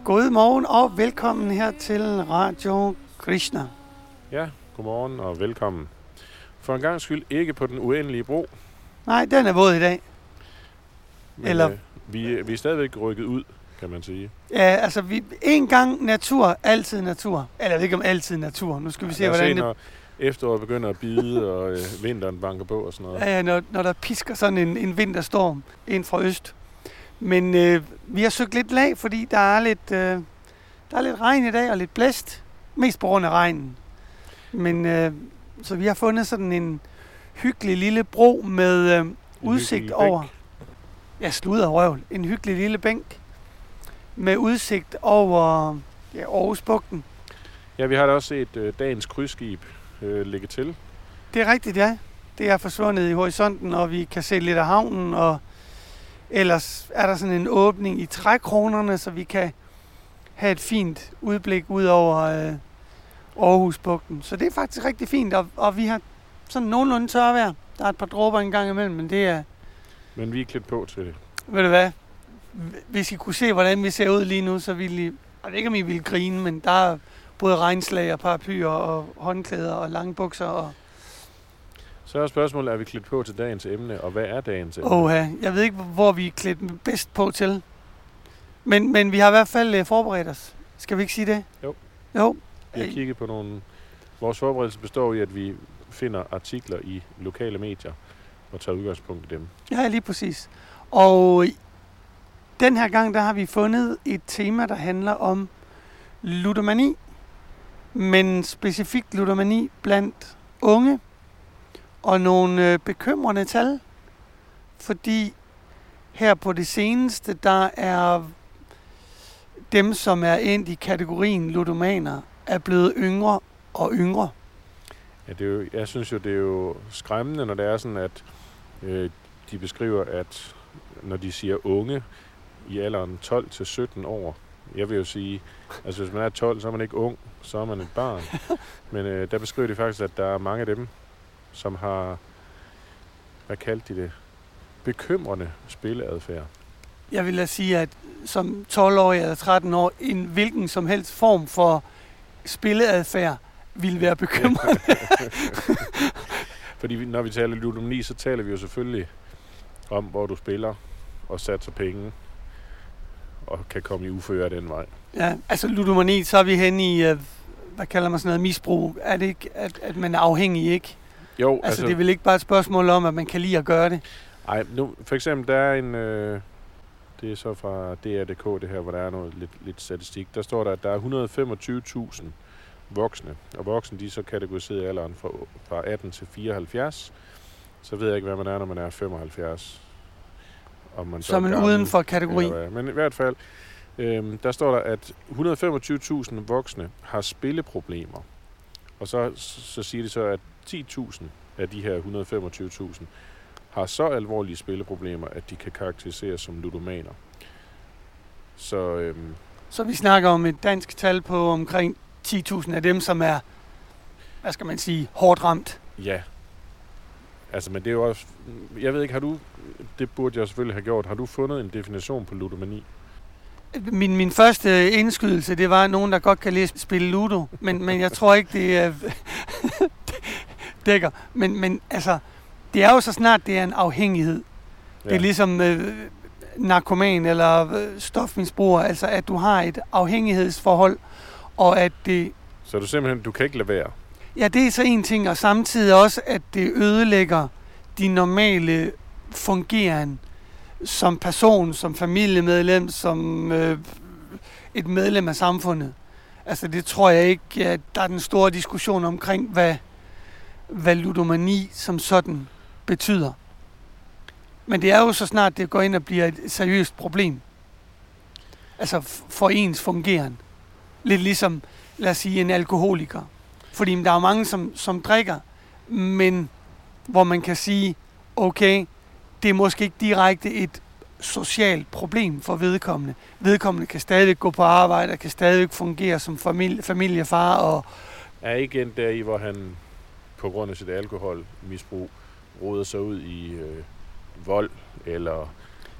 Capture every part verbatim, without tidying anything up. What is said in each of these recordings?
God morgen og velkommen her til Radio Krishna. Ja, godmorgen og velkommen. For en gang skyld ikke på den uendelige bro. Nej, den er våd i dag. Men, Eller... øh, vi, vi er stadigvæk rykket ud, kan man sige. Ja, altså vi, en gang natur, altid natur. Eller jeg ved ikke om altid natur. Nu skal vi se, ja, hvordan se, det... når efteråret begynder at bide, og øh, vinteren banker på og sådan noget. Ja, ja, når, når der pisker sådan en, en vinterstorm ind fra øst. Men øh, vi har søgt lidt lag, fordi der er lidt, øh, der er lidt regn i dag og lidt blæst. Mest på grund af regnen. Men øh, så vi har fundet sådan en hyggelig lille bro med øh, udsigt over... Ja, sludder røvl. En hyggelig lille bænk med udsigt over ja, Aarhusbugten. Ja, vi har da også set øh, dagens krydsskib øh, ligge til. Det er rigtigt, ja. Det er forsvundet i horisonten, og vi kan se lidt af havnen, og ellers er der sådan en åbning i trækronerne, så vi kan have et fint udblik ud over øh, Aarhusbugten. Så det er faktisk rigtig fint, og, og vi har sådan nogenlunde tørvejr. Der er et par dråber en gang imellem, men det er... Men vi er klædt på til det. Ved du hvad? Hvis I kunne se, hvordan vi ser ud lige nu, så ville I... Jeg ved ikke, om I ville grine, men der er både regnslag og paraplyer og håndklæder og lange bukser og... Så er spørgsmålet, er vi klædt på til dagens emne, og hvad er dagens emne? Åh, jeg ved ikke, hvor vi er klædt bedst på til. Men, men vi har i hvert fald forberedt os. Skal vi ikke sige det? Jo. Jo. Vi har kigget på nogle... Vores forberedelse består i, at vi finder artikler i lokale medier og tager udgangspunkt i dem. Ja, lige præcis. Og den her gang, der har vi fundet et tema, der handler om ludomani. Men specifikt ludomani blandt unge. Og nogle øh, bekymrende tal. Fordi her på det seneste, der er dem, som er endt i kategorien ludomaner, er blevet yngre og yngre. Ja, det er jo, jeg synes jo, det er jo skræmmende, når det er sådan, at øh, de beskriver, at når de siger unge i alderen tolv til sytten år, jeg vil jo sige, altså hvis man er tolv, så er man ikke ung, så er man et barn. Men øh, der beskriver de faktisk, at der er mange af dem, som har, hvad kaldte de det, bekymrende spilleadfærd. Jeg vil da sige, at som tolv-årig eller tretten år, en hvilken som helst form for spilleadfærd ville være bekymrende. Fordi når vi taler ludomani, så taler vi jo selvfølgelig om, hvor du spiller og satser penge og kan komme i uføre den vej. Ja, altså ludomani, så er vi henne i, hvad kalder man sådan noget, misbrug. Er det ikke, at, at man er afhængig, ikke? Jo, altså, altså... det er vel ikke bare et spørgsmål om, at man kan lide at gøre det? Nej, nu for eksempel, der er en... Øh, det er så fra D R punktum D K, det her, hvor der er noget lidt, lidt statistik. Der står der, at der er et hundrede og femogtyve tusind voksne. Og voksne, de er så kategoriseret i alderen fra, fra atten til fireoghalvfjerds. Så ved jeg ikke, hvad man er, når man er femoghalvfjerds. Om man så er man uden for kategori. Men i hvert fald, øh, der står der, at et hundrede og femogtyve tusind voksne har spilleproblemer. Og så, så siger de så, at ti tusind af de her et hundrede og femogtyve tusind har så alvorlige spilleproblemer, at de kan karakteriseres som ludomaner. Så, øhm, så vi snakker om et dansk tal på omkring ti tusind af dem, som er, hvad skal man sige, hårdt ramt. Ja. Altså, men det er jo også... Jeg ved ikke, har du... Det burde jeg selvfølgelig have gjort. Har du fundet en definition på ludomani? Min, min første indskydelse, det var nogen, der godt kan lide at spille ludo. Men, men jeg tror ikke, det er... dækker. Men, men altså... Det er jo så snart, det er en afhængighed. Ja. Det er ligesom øh, narkoman eller øh, stofmisbruger, altså at du har et afhængighedsforhold, og at det... Så du simpelthen, du kan ikke lade være? Ja, det er så en ting, og samtidig også, at det ødelægger din normale fungeren som person, som familiemedlem, som øh, et medlem af samfundet. Altså det tror jeg ikke, at der er den store diskussion omkring, hvad, hvad ludomani som sådan betyder. Men det er jo så snart, det går ind og bliver et seriøst problem. Altså for ens fungeren. Lidt ligesom, lad os sige, en alkoholiker. Fordi der er jo mange, som, som drikker, men hvor man kan sige, okay, det er måske ikke direkte et socialt problem for vedkommende. Vedkommende kan stadig gå på arbejde, og kan stadig fungere som familie, familiefar. Og er ikke endt der i, hvor han på grund af sit alkoholmisbrug roder sig ud i øh, vold eller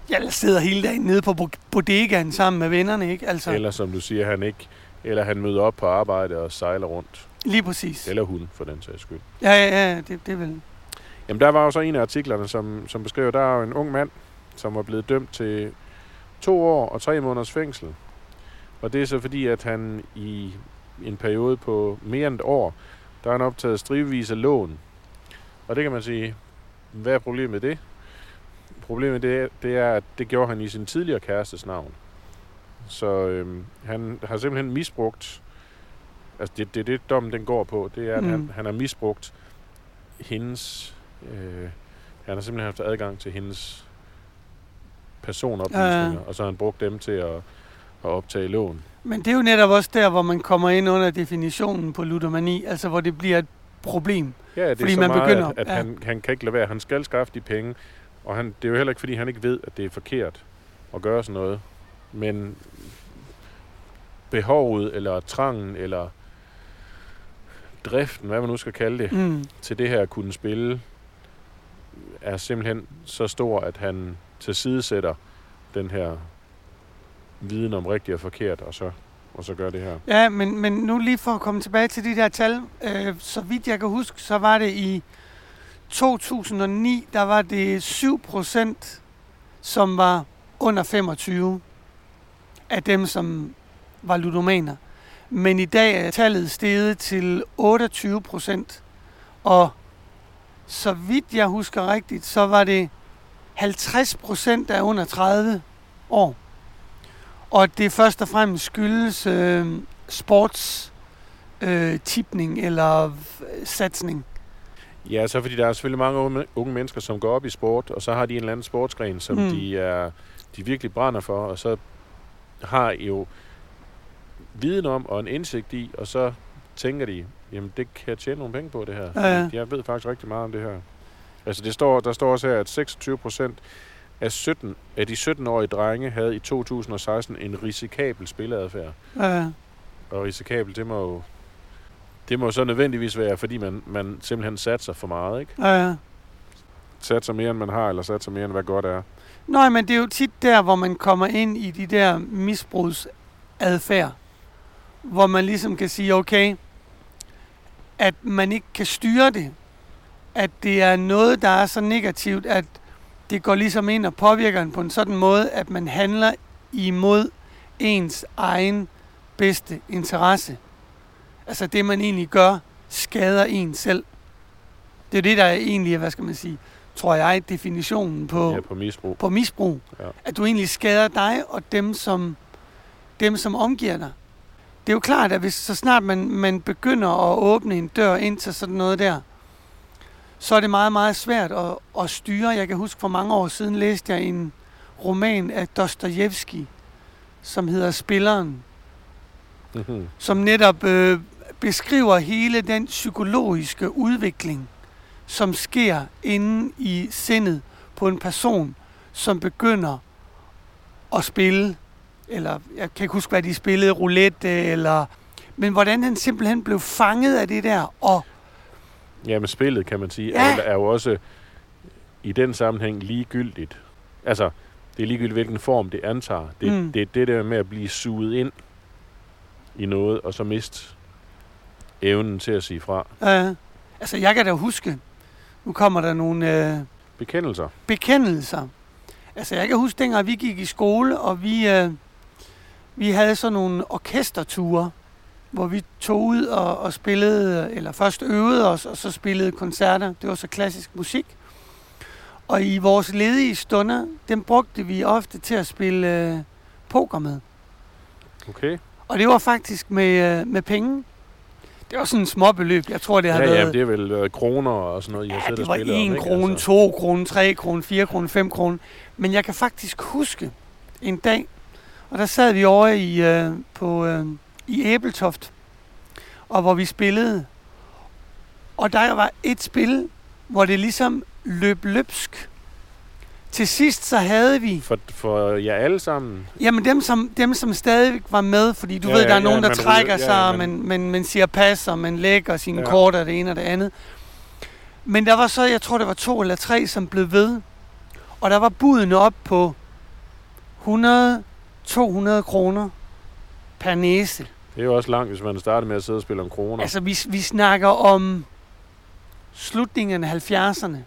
Jeg sidder hele dagen nede på bodegaen sammen med vennerne, ikke? Altså. Eller som du siger, han ikke, eller han møder op på arbejde og sejler rundt. Lige præcis. Eller hun, for den sags skyld. Ja, ja, ja, det, det vil. Jamen, der var jo så en af artiklerne, som, som beskriver, der er jo en ung mand, som var blevet dømt til to år og tre måneders fængsel. Og det er så fordi, at han i en periode på mere end et år, der har han optaget stribevis af lån. Og det kan man sige, hvad er problemet med det? Problemet det, det er, at det gjorde han i sin tidligere kærestes navn. Så øhm, han har simpelthen misbrugt, altså det er det, det, dommen den går på, det er, at mm. han, han har misbrugt hendes, øh, han har simpelthen haft adgang til hendes personoplysninger, ja. Og så har han brugt dem til at, at optage lån. Men det er jo netop også der, hvor man kommer ind under definitionen på ludomani, altså hvor det bliver et problem. Ja, det er fordi så man meget, begynder, at, at ja. han, han kan ikke lade være. Han skal skaffe de penge, og han, det er jo heller ikke, fordi han ikke ved, at det er forkert at gøre sådan noget. Men behovet, eller trangen, eller driften, hvad man nu skal kalde det, mm. til det her at kunne spille, er simpelthen så stor, at han tilsidesætter den her viden om rigtigt og forkert, og så, og så gør det her. Ja, men, men nu lige for at komme tilbage til de der tal, øh, så vidt jeg kan huske, så var det i to tusind og ni, der var det syv procent, som var under femogtyve af dem, som var ludomaner. Men i dag er tallet steget til otteogtyve procent, og så vidt jeg husker rigtigt, så var det halvtreds procent af under tredive år. Og det først og fremmest skyldes øh, sportstipning øh, eller satsning. Ja, så fordi der er selvfølgelig mange unge, unge mennesker, som går op i sport, og så har de en eller anden sportsgren, som mm. de, er, de virkelig brænder for, og så har jo viden om og en indsigt i, og så tænker de, jamen det kan jeg tjene nogle penge på det her. Ja, ja. Jeg ved faktisk rigtig meget om det her. Altså det står, der står også her, at seksogtyve procent af, sytten, af de sytten-årige drenge havde i to tusind og seksten en risikabel spilleadfærd. Ja, ja. Og risikabel, det må jo det må så nødvendigvis være, fordi man, man simpelthen satser for meget, ikke? Ja, ja. Satser mere, end man har, eller satser mere, end hvad godt er. Nej, men det er jo tit der, hvor man kommer ind i de der misbrugsadfærd, hvor man ligesom kan sige, okay, at man ikke kan styre det. At det er noget, der er så negativt, at det går ligesom ind og påvirker en på en sådan måde, at man handler imod ens egen bedste interesse. Altså det, man egentlig gør, skader en selv. Det er det, der er egentlig, hvad skal man sige, tror jeg, definitionen på, ja, på misbrug. På misbrug. Ja. At du egentlig skader dig og dem, som, dem, som omgiver dig. Det er jo klart, at hvis så snart man, man begynder at åbne en dør ind til sådan noget der, så er det meget, meget svært at, at styre. Jeg kan huske, for mange år siden læste jeg en roman af Dostojevskij, som hedder Spilleren, mm-hmm. som netop øh, beskriver hele den psykologiske udvikling, som sker inde i sindet på en person, som begynder at spille, eller jeg kan ikke huske, hvad de spillede, roulette, eller, men hvordan han simpelthen blev fanget af det der, og ja, men spillet, kan man sige, ja. er, er jo også i den sammenhæng ligegyldigt. Altså, det er ligegyldigt, hvilken form det antager. Det, mm. det er det der med at blive suget ind i noget, og så miste evnen til at sige fra. Ja, altså jeg kan da huske, nu kommer der nogle øh, bekendelser. Bekendelser. Altså jeg kan huske, dengang vi gik i skole, og vi, øh, vi havde sådan nogle orkesterture, hvor vi tog ud og, og spillede, eller først øvede os, og så spillede koncerter. Det var så klassisk musik. Og i vores ledige stunder, dem brugte vi ofte til at spille øh, poker med. Okay. Og det var faktisk med, øh, med penge. Det var sådan en småbeløb. Jeg tror, det har ja, været... Ja, det er vel øh, kroner og sådan noget, I har ja, siddet det og spillet var en krone, altså. to kroner, tre kroner, fire kroner, fem kroner. Men jeg kan faktisk huske en dag, og der sad vi over i, øh, på, øh, i Æbeltoft, og hvor vi spillede. Og der var et spil, hvor det ligesom løb løbsk. Til sidst så havde vi... For, for jer alle sammen? Jamen dem som, dem, som stadig var med, fordi du ja, ved, der er ja, nogen, der man trækker ryger, sig, ja, man, man, man, man siger pas, og man lægger sine ja. kort og det ene og det andet. Men der var så, jeg tror det var to eller tre, som blev ved. Og der var budene op på hundrede til to hundrede kroner per næse. Det er jo også langt, hvis man starter med at sidde og spille om kroner. Altså, vi, vi snakker om slutningen af halvfjerdserne.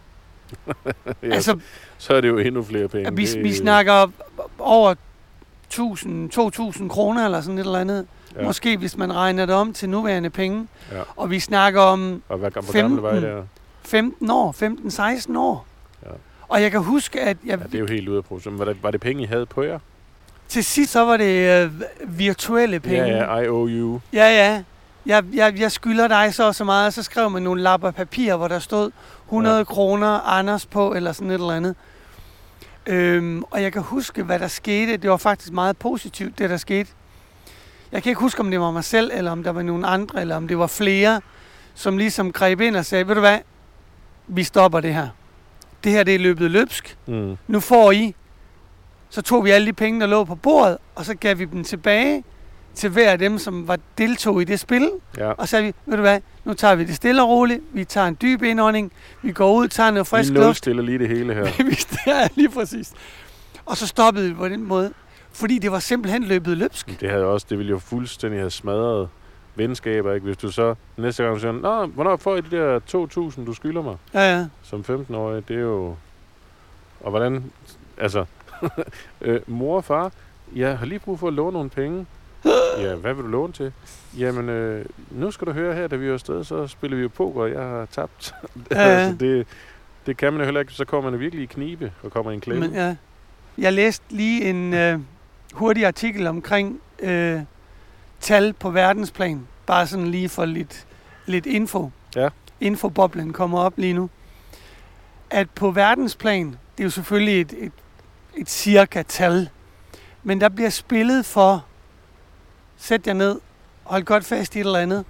ja, altså, så er det jo endnu flere penge. Vi, det, vi snakker over tusind, to tusind kroner eller sådan et eller andet. Ja. Måske, hvis man regner det om til nuværende penge. Ja. Og vi snakker om og hvad, hvor gamle var I der? femten år, femten seksten år. Ja. Og jeg kan huske, at... Jeg, ja, det er jo helt ude af produktion. Var det, var det penge, I havde på jer? Til sidst så var det øh, virtuelle penge. Ja, ja, I owe you. Ja, ja. Jeg, jeg, jeg skylder dig så og så meget, så skrev man nogle lapper papir, hvor der stod hundrede ja. kroner Anders på, eller sådan et eller andet. Øhm, og jeg kan huske, hvad der skete. Det var faktisk meget positivt, det der skete. Jeg kan ikke huske, om det var mig selv, eller om der var nogen andre, eller om det var flere, som ligesom greb ind og sagde, ved du hvad, vi stopper det her. Det her, det er løbet løbsk. Mm. Nu får I. Så tog vi alle de penge, der lå på bordet, og så gav vi dem tilbage til hver af dem, som var deltog i det spil. Ja. Og så sagde vi, ved du hvad, nu tager vi det stille og roligt, vi tager en dyb indånding, vi går ud, tager noget frisk luft. Vi nulstiller lige det hele her. vi ja, lige præcis. Og så stoppede vi på den måde, fordi det var simpelthen løbet løbsk. Det havde også, det ville jo fuldstændig have smadret venskaber, ikke? Hvis du så næste gang siger, nå, hvornår får I de der to tusind, du skylder mig? Ja, ja. Som femten-årig, det er jo... Og hvordan... Altså... øh, mor og far, jeg har lige brug for at låne nogle penge. Ja, hvad vil du låne til? Jamen, øh, nu skal du høre her, da vi er afsted, så spiller vi jo poker, og jeg har tabt. Ja, ja. altså, det, det kan man jo heller ikke, så kommer man virkelig i knibe og kommer i en klemme. Men, ja. Jeg læste lige en øh, hurtig artikel omkring øh, tal på verdensplan. Bare sådan lige for lidt, lidt info. Ja. Infoboblen kommer op lige nu. At på verdensplan, det er jo selvfølgelig et, et, et cirka-tal, men der bliver spillet for, sæt jer ned, hold godt fast i et eller andet,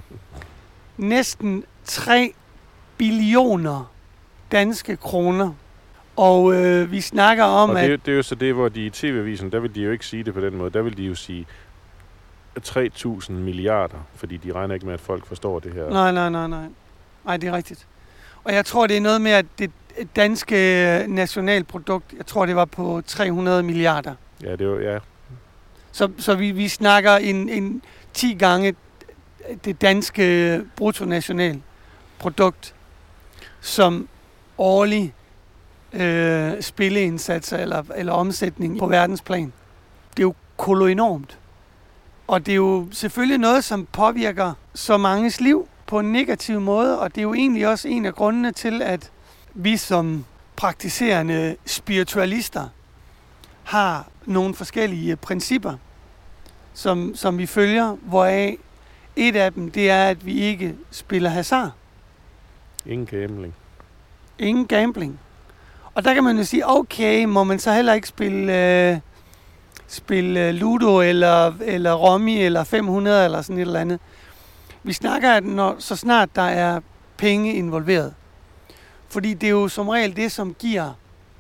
næsten tre billioner danske kroner. Og øh, vi snakker om, og det, at... det er jo så det, hvor de i T V-avisen, der vil de jo ikke sige det på den måde. Der vil de jo sige tre tusind milliarder, fordi de regner ikke med, at folk forstår det her. Nej, nej, nej, nej. Nej, det er rigtigt. Og jeg tror, det er noget med, at det danske nationalprodukt, jeg tror, det var på tre hundrede milliarder. Ja, det er jo, ja. Så, så vi, vi snakker en, en ti gange det danske bruttonationalprodukt, som årlig øh, spilleindsatser eller, eller omsætning på verdensplan. Det er jo koloenormt. Og det er jo selvfølgelig noget, som påvirker så manges liv på en negativ måde, og det er jo egentlig også en af grundene til, at vi som praktiserende spiritualister har nogle forskellige principper, som, som vi følger, hvoraf et af dem, det er, at vi ikke spiller hasard. Ingen gambling. Ingen gambling. Og der kan man jo sige, okay, må man så heller ikke spille, øh, spille Ludo eller, eller Rummy eller fem hundrede eller sådan et eller andet. Vi snakker, at når, så snart der er penge involveret. Fordi det er jo som regel det, som giver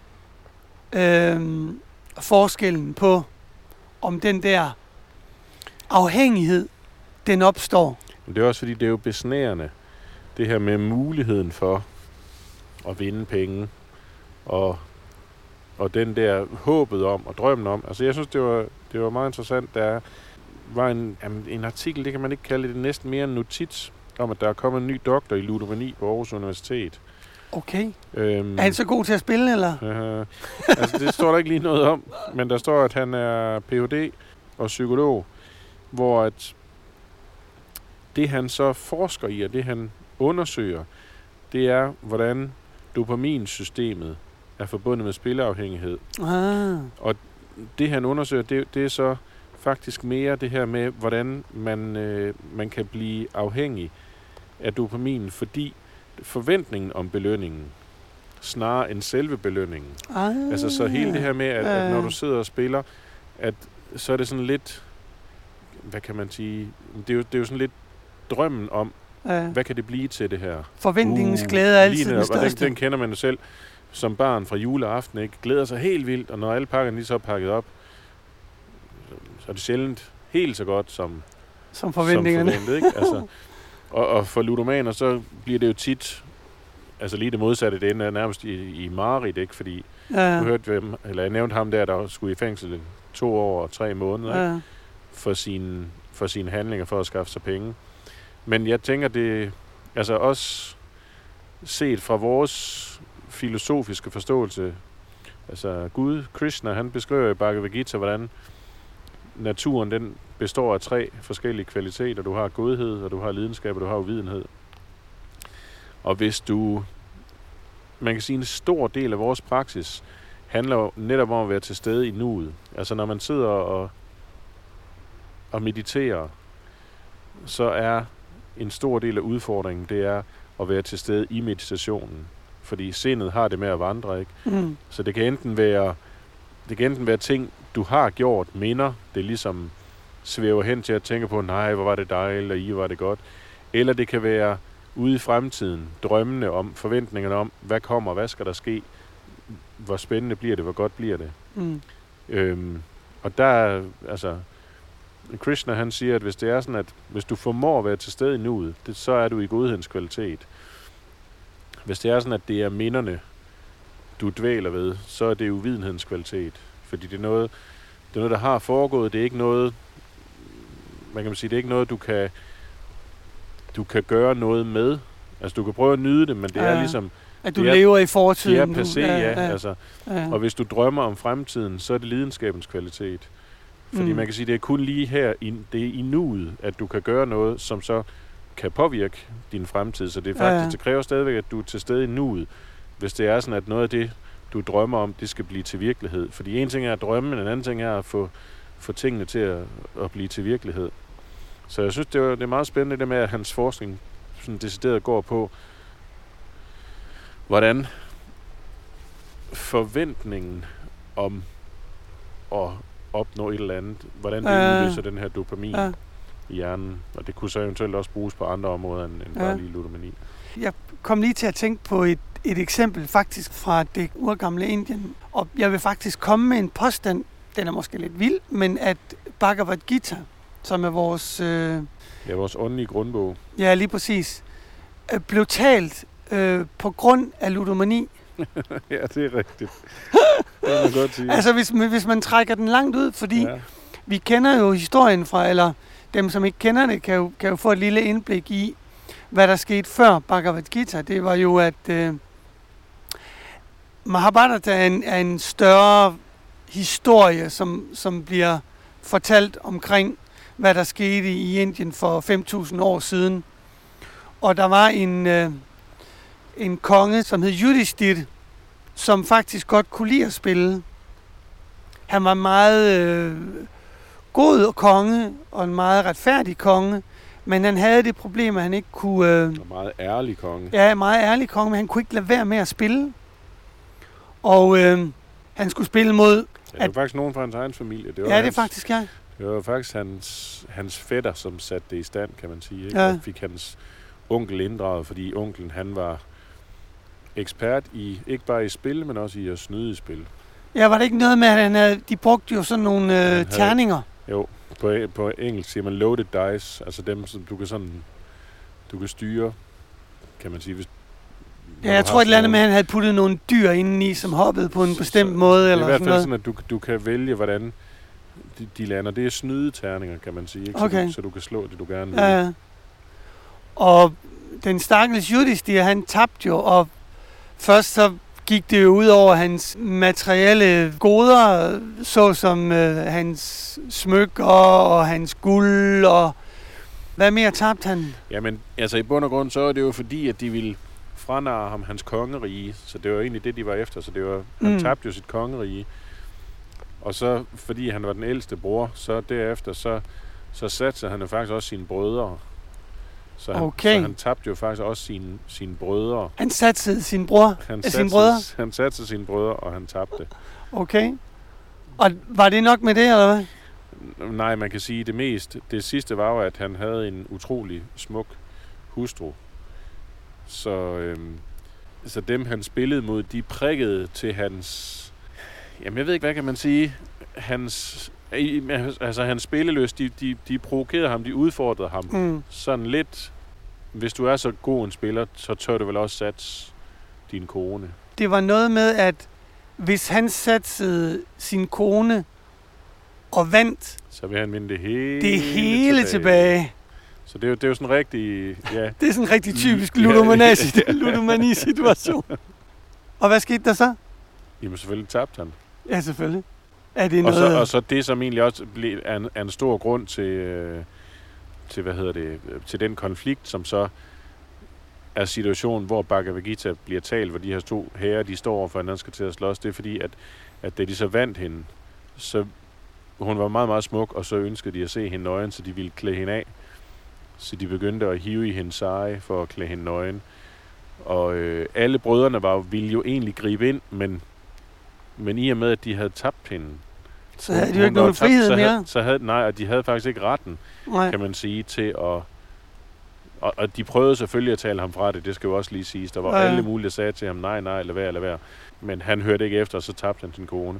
øh, forskellen på, om den der afhængighed, den opstår. Men det er også fordi, det er jo besnærende. Det her med muligheden for at vinde penge. Og, og den der håbet om og drømmen om. Altså jeg synes, det var, det var meget interessant. Der var en, en artikel, det kan man ikke kalde det, næsten mere en notits, om at der er kommet en ny doktor i ludomani på Aarhus Universitet. Okay. Øhm, er han så god til at spille, eller? Øh, altså det står der ikke lige noget om, men der står, at han er P H D og psykolog, hvor at det han så forsker i, og det han undersøger, det er, hvordan dopaminsystemet er forbundet med spilleafhængighed. Ah. Og det han undersøger, det, det er så faktisk mere det her med, hvordan man, øh, man kan blive afhængig af dopamin, fordi forventningen om belønningen snarere end selve belønningen. Ah. Altså så hele det her med, at, at når du sidder og spiller, at så er det sådan lidt, hvad kan man sige, det er jo, det er jo sådan lidt drømmen om, ja. Hvad kan det blive til det her? Forventningens uh, glæde er altid den største. Den, den kender man jo selv som barn fra juleaften, ikke? Glæder sig helt vildt, og når alle pakkerne lige så er pakket op, så er det sjældent helt så godt som, som forventningerne. Som forventet, ikke? Altså, og, og for ludomaner, så bliver det jo tit, altså lige det modsatte, det ender nærmest i, i mareridt, ikke? Fordi ja. du hørte, hvem, eller jeg nævnte ham der, der skulle i fængsel to år og tre måneder, ja. ikke? For, sin, for sine handlinger, for at skaffe sig penge. Men jeg tænker, det altså også set fra vores filosofiske forståelse, altså Gud, Krishna, han beskriver i Bhagavad Gita, hvordan naturen, den består af tre forskellige kvaliteter. Du har godhed, og du har lidenskab, og du har uvidenhed. Og hvis du, man kan sige, en stor del af vores praksis handler jo netop om at være til stede i nuet. Altså når man sidder og, og mediterer, så er en stor del af udfordringen, det er at være til stede i meditationen. Fordi sindet har det med at vandre, ikke? Mm. Så det kan enten være, det kan enten være ting, du har gjort, minder, det ligesom svæver hen til at tænke på, nej, hvor var det dejligt, og i var det godt. Eller det kan være ude i fremtiden, drømmene om, forventningerne om, hvad kommer, hvad skal der ske, hvor spændende bliver det, hvor godt bliver det. Mm. Øhm, og der, altså, Krishna han siger, at hvis det er sådan, at hvis du formår at være til stede i nuet, det, så er du i godhedens kvalitet. Hvis det er sådan, at det er minderne, du dvæler ved, så er det uvidenhedens kvalitet. Fordi det er noget, det er noget, der har foregået. Det er ikke noget, man kan sige, det er ikke noget, du kan, du kan gøre noget med. Altså, du kan prøve at nyde det, men det ja, er ligesom... At du lever i fortiden. Det er passé, ja. ja, ja. Altså. Ja. Og hvis du drømmer om fremtiden, så er det lidenskabens kvalitet. Fordi mm. man kan sige, det er kun lige her, i, det er i nuet, at du kan gøre noget, som så kan påvirke din fremtid. Så det er faktisk, ja, ja. det kræver stadigvæk, at du er til stede i nuet, hvis det er sådan, at noget af det, du drømmer om, det skal blive til virkelighed. Fordi en ting er at drømme, men en anden ting er at få, få tingene til at, at blive til virkelighed. Så jeg synes, det er, det er meget spændende det med, at hans forskning sådan decideret går på, hvordan forventningen om at opnå et eller andet, hvordan det ja. udløser den her dopamin ja. i hjernen. Og det kunne så eventuelt også bruges på andre områder end, end ja. bare lige ludomani. Jeg kom lige til at tænke på et, et eksempel faktisk fra det urgamle Indien. Og jeg vil faktisk komme med en påstand, den er måske lidt vild, men at Bhagavad Gita, som er vores... Øh, ja, vores åndelige grundbog. Ja, lige præcis. Øh, blev talt øh, på grund af ludomani. Ja, det er rigtigt. Det kan man godt sige. Altså, hvis, hvis man trækker den langt ud, fordi ja. vi kender jo historien fra, eller dem, som ikke kender det, kan jo, kan jo få et lille indblik i, hvad der skete før Bhagavad Gita. Det var jo, at øh, Mahabharata er en, er en større historie, som, som bliver fortalt omkring, hvad der skete i Indien for fem tusind år siden. Og der var en, øh, en konge, som hed Yudhishthir, som faktisk godt kunne lide at spille. Han var meget øh, god konge, og en meget retfærdig konge, men han havde det problem, at han ikke kunne... Øh, en meget ærlig konge. Ja, en meget ærlig konge, men han kunne ikke lade være med at spille. Og øh, han skulle spille mod... Ja, det var at, faktisk nogen fra hans egen familie. Det var ja, hans, det er faktisk, ja. Det var faktisk hans, hans fætter, som satte det i stand, kan man sige. Ikke? Ja. Og fik hans onkel inddraget, fordi onkelen, han var ekspert i, ikke bare i spil, men også i at snyde i spil. Ja, var det ikke noget med, at han havde, de brugte jo sådan nogle øh, havde, terninger? Jo, på, på engelsk siger man loaded dice, altså dem, som du kan sådan, du kan styre, kan man sige. Hvis, ja, jeg tror et eller andet med, at han havde puttet nogle dyr indeni, som hoppede på en bestemt så, måde. Eller det er i hvert fald fald sådan, sådan, at du, du kan vælge, hvordan de, de lander. Det er snydeterninger, kan man sige, ikke? Så, okay. du, så du kan slå det, du gerne vil. Ja, ja. Og den stakkels Yudhishthir, han tabte jo, og først så gik det jo ud over hans materielle goder, såsom øh, hans smykker og hans guld, og hvad mere tabte han? Jamen, altså i bund og grund, så er det jo fordi, at de ville franarre ham hans kongerige, så det var egentlig det, de var efter, så det var, mm. han tabte jo sit kongerige. Og så, fordi han var den ældste bror, så derefter, så, så satte han jo faktisk også sine brødre. Så han, okay. så han tabte jo faktisk også sine, sine brødre. Han satte sin bror han sine brødre? Han satte sine brødre, og han tabte. Okay. Og var det nok med det, eller hvad? Nej, man kan sige, det mest, det sidste var jo, at han havde en utrolig smuk hustru. Så, øhm, så dem, han spillede mod, de prikkede til hans... Jamen, jeg ved ikke, hvad kan man sige? Hans... Altså, hans spillelyst, de, de, de provokerede ham, de udfordrede ham. Mm. Sådan lidt... Hvis du er så god en spiller, så tør du vel også satse din kone. Det var noget med, at hvis han satte sin kone og vandt, så vil han vinde det hele, det hele tilbage. tilbage. Så det er jo, det er jo sådan en rigtig... Ja. Det er sådan en rigtig typisk ludomani-situation. Og hvad skete der så? Jamen selvfølgelig tabte han. Ja, selvfølgelig. Er det og, noget... så, og så det, som egentlig også blev, er, en, er en stor grund til, øh, til, hvad hedder det, til den konflikt, som så er situationen, hvor Bhagavad Gita bliver talt, hvor de her to herrer, de står over for hinanden, skal til at slås. Det er fordi, at, at da de så vandt hende, så hun var meget, meget smuk, og så ønskede de at se hende nøgen, så de ville klæde hende af. Så de begyndte at hive i hendes seje for at klæde hende nøgen. Og øh, alle brødrene var, ville jo egentlig gribe ind, men, men i og med, at de havde tabt hende, så havde de jo ikke nogen frihed så mere. Havde, så havde, nej, og de havde faktisk ikke retten, nej. kan man sige, til at... Og, og de prøvede selvfølgelig at tale ham fra det, det skal jo også lige siges. Der var ja. alle mulige, der sagde til ham, nej, nej, lad være, lad være. Men han hørte ikke efter, og så tabte han sin kone.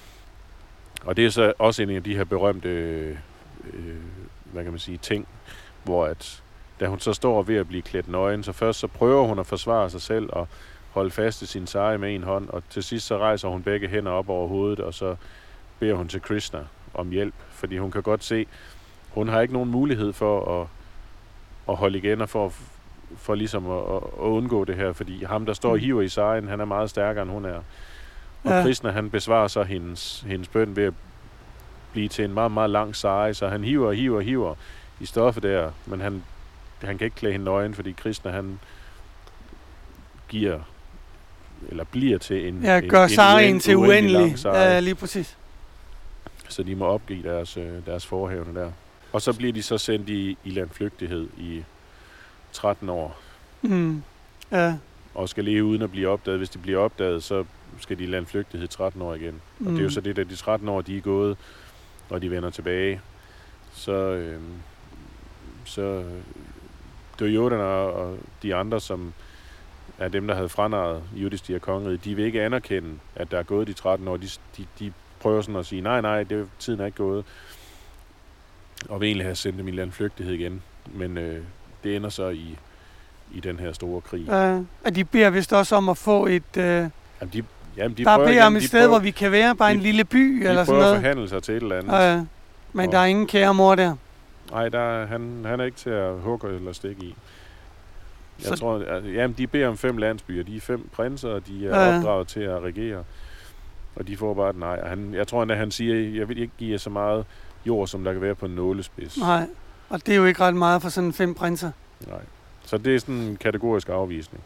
Og det er så også en af de her berømte, øh, hvad kan man sige, ting, hvor at, da hun så står ved at blive klædt nøgen, så først så prøver hun at forsvare sig selv og holde fast i sin seje med en hånd, og til sidst så rejser hun begge hænder op over hovedet, og så beder hun til Krishna om hjælp, fordi hun kan godt se, hun har ikke nogen mulighed for at, at holde igen og for, for ligesom at, at undgå det her, fordi ham, der står og hiver i sejen, han er meget stærkere, end hun er. Og ja. Krishna, han besvarer så hendes, hendes bøn ved at blive til en meget, meget lang seje, så han hiver og hiver og hiver i stoffet der, men han, han kan ikke klæde hende nøgen, fordi Krishna, han giver, eller bliver til en... Ja, gør sejen til uendelig. Ja, lige præcis. Så de må opgive deres, deres forhævne der. Og så bliver de så sendt i, i landflygtighed i tretten år. Mm. Ja. Og skal leve uden at blive opdaget. Hvis de bliver opdaget, så skal de i landflygtighed tretten år igen. Mm. Og det er jo så det, at de tretten år, de er gået, og de vender tilbage. Så, øh, så Duryodhana og de andre, som er dem, der havde franarret Yudhishthira kongeriget, de vil ikke anerkende, at der er gået de tretten år. De, de, de prøver sådan at sige, nej, nej, det, tiden er ikke gået. Og vil egentlig have sendt dem i landflygtighed igen. Men øh, det ender så i, i den her store krig. Ja, og de beder vist også om at få et... Øh, jamen de, jamen de bare beder om et sted, prøver, hvor vi kan være, bare de, en lille by eller sådan noget. De prøver at forhandle sig til et eller andet. Ja, men og, der er ingen kære mor der. Nej, der, han, han er ikke til at hugge eller stikke i. Jeg så, tror, at, jamen de beder om fem landsbyer. De er fem prinser, og de er ja. opdraget til at regere. Og de får bare et nej. Han, jeg tror, at han siger, jeg vil ikke give jer så meget jord, som der kan være på en nålespids. Nej, og det er jo ikke ret meget for sådan fem prinser. Nej, så det er sådan en kategorisk afvisning.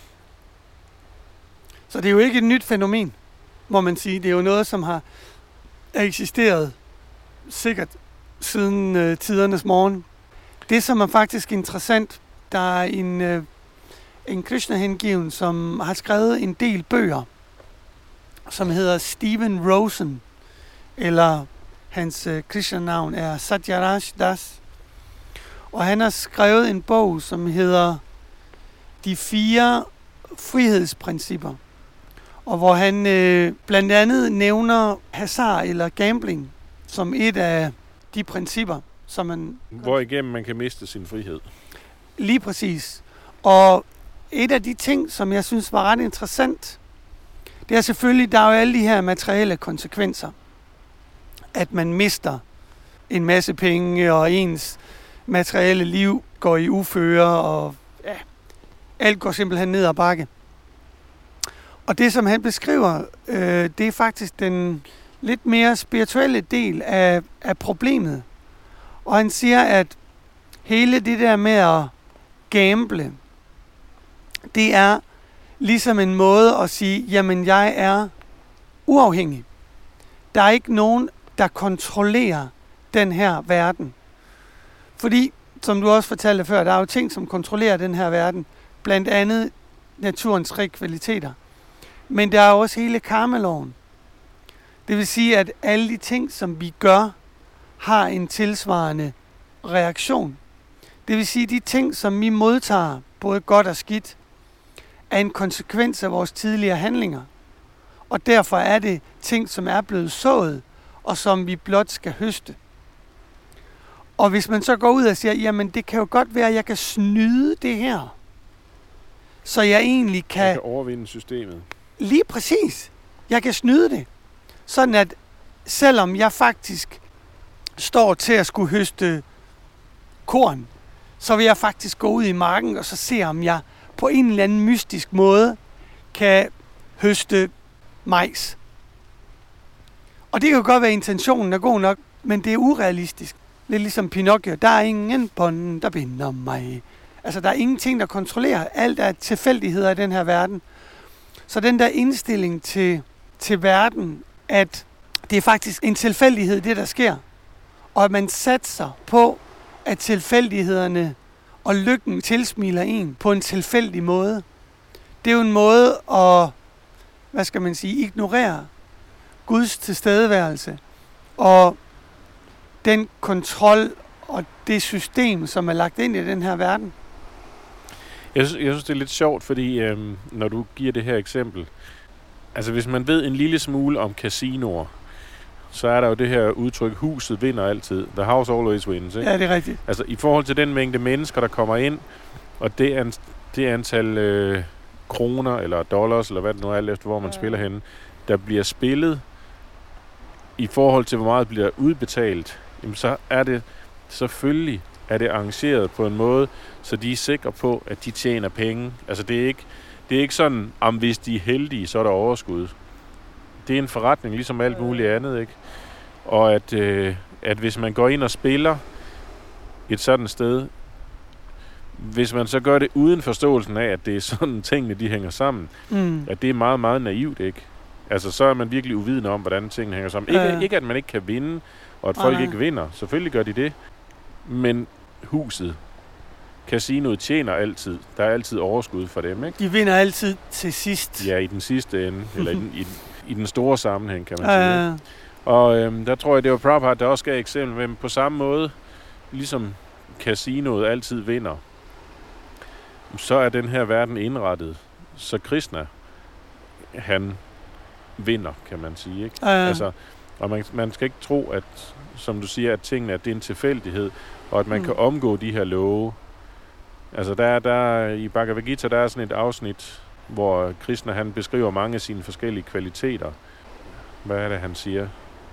Så det er jo ikke et nyt fænomen, må man sige. Det er jo noget, som har eksisteret sikkert siden øh, tidernes morgen. Det, som er faktisk interessant, der er en, øh, en Krishna-hengiven, som har skrevet en del bøger, som hedder Stephen Rosen, eller hans øh, Krishna-navn er Satyaraj Das. Og han har skrevet en bog, som hedder De fire frihedsprincipper, og hvor han øh, blandt andet nævner hasard eller gambling som et af de principper, som man... Hvor igennem man kan miste sin frihed. Lige præcis. Og et af de ting, som jeg synes var ret interessant, det er selvfølgelig, der er jo alle de her materielle konsekvenser. At man mister en masse penge, og ens materielle liv går i uføre, og ja, alt går simpelthen ned ad bakke. Og det, som han beskriver, øh, det er faktisk den lidt mere spirituelle del af, af problemet. Og han siger, at hele det der med at gamble, det er ligesom en måde at sige, jamen jeg er uafhængig. Der er ikke nogen, der kontrollerer den her verden. Fordi, som du også fortalte før, der er jo ting, som kontrollerer den her verden. Blandt andet naturens tre kvaliteter. Men der er også hele karmaloven. Det vil sige, at alle de ting, som vi gør, har en tilsvarende reaktion. Det vil sige, at de ting, som vi modtager, både godt og skidt, er en konsekvens af vores tidligere handlinger. Og derfor er det ting, som er blevet sået, og som vi blot skal høste. Og hvis man så går ud og siger, jamen det kan jo godt være, at jeg kan snyde det her, så jeg egentlig kan... Jeg kan overvinde systemet. Lige præcis. Jeg kan snyde det. Sådan at selvom jeg faktisk står til at skulle høste korn, så vil jeg faktisk gå ud i marken og så se, om jeg på en eller anden mystisk måde kan høste majs. Og det kan jo godt være, at intentionen er god nok, men det er urealistisk. Lidt ligesom Pinocchio. Der er ingen bånd, der binder mig. Altså, der er ingenting, der kontrollerer. Alt er tilfældigheder i den her verden. Så den der indstilling til, til verden, at det er faktisk en tilfældighed, det der sker. Og at man satser på, at tilfældighederne og lykken tilsmiler en på en tilfældig måde. Det er jo en måde at, hvad skal man sige, ignorere Guds tilstedeværelse og den kontrol og det system, som er lagt ind i den her verden. Jeg synes, jeg synes det er lidt sjovt, fordi øhm, når du giver det her eksempel, altså hvis man ved en lille smule om casinoer, så er der jo det her udtryk, huset vinder altid. The house always wins, ikke? Ja, det er rigtigt. Altså i forhold til den mængde mennesker, der kommer ind, og det, an, det antal øh, kroner, eller dollars, eller hvad det nu er, efter hvor man ja. spiller henne, der bliver spillet, i forhold til hvor meget bliver udbetalt, jamen så er det selvfølgelig er det arrangeret på en måde, så de er sikre på, at de tjener penge. Altså det er ikke, det er ikke sådan, om hvis de er heldige, så er der overskud. Det er en forretning, ligesom alt muligt andet, ikke? Og at, øh, at hvis man går ind og spiller et sådan sted, hvis man så gør det uden forståelsen af, at det er sådan tingene, de hænger sammen, mm. at det er meget, meget naivt, ikke? Altså så er man virkelig uvidende om, hvordan tingene hænger sammen. Ikke, øh. ikke at man ikke kan vinde, og at folk oh, ikke vinder. Selvfølgelig gør de det. Men huset, casinoet tjener altid. Der er altid overskud for dem, ikke? De vinder altid til sidst. Ja, i den sidste ende. eller i den, i, i den store sammenhæng, kan man sige. Uh. Og øhm, der tror jeg, det var Prabhupada, der også gav eksempel med, på samme måde, ligesom casinoet altid vinder, så er den her verden indrettet. Så Krishna, han vinder, kan man sige, ikke? Uh. Altså, og man, man skal ikke tro, at, som du siger, at tingene, at det er en tilfældighed, og at man mm. kan omgå de her love. Altså, der, der i Bhagavad Gita, der er sådan et afsnit, hvor Krishna, han beskriver mange af sine forskellige kvaliteter. Hvad er det, han siger?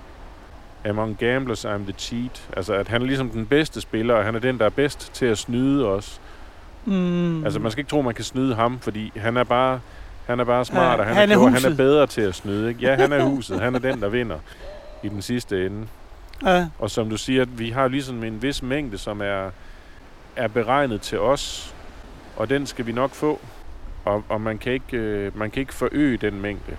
Among gamblers, I'm the cheat. Altså, at han er ligesom den bedste spiller, og han er den, der er bedst til at snyde os. Mm. Altså, man skal ikke tro, man kan snyde ham, fordi han er bare, han er bare smart, ja, og han, han, er, er han er bedre til at snyde, ikke? Ja, han er huset. Han er den, der vinder i den sidste ende. Ja. Og som du siger, vi har ligesom en vis mængde, som er, er beregnet til os, og den skal vi nok få. Og, og man, kan ikke, øh, man kan ikke forøge den mængde.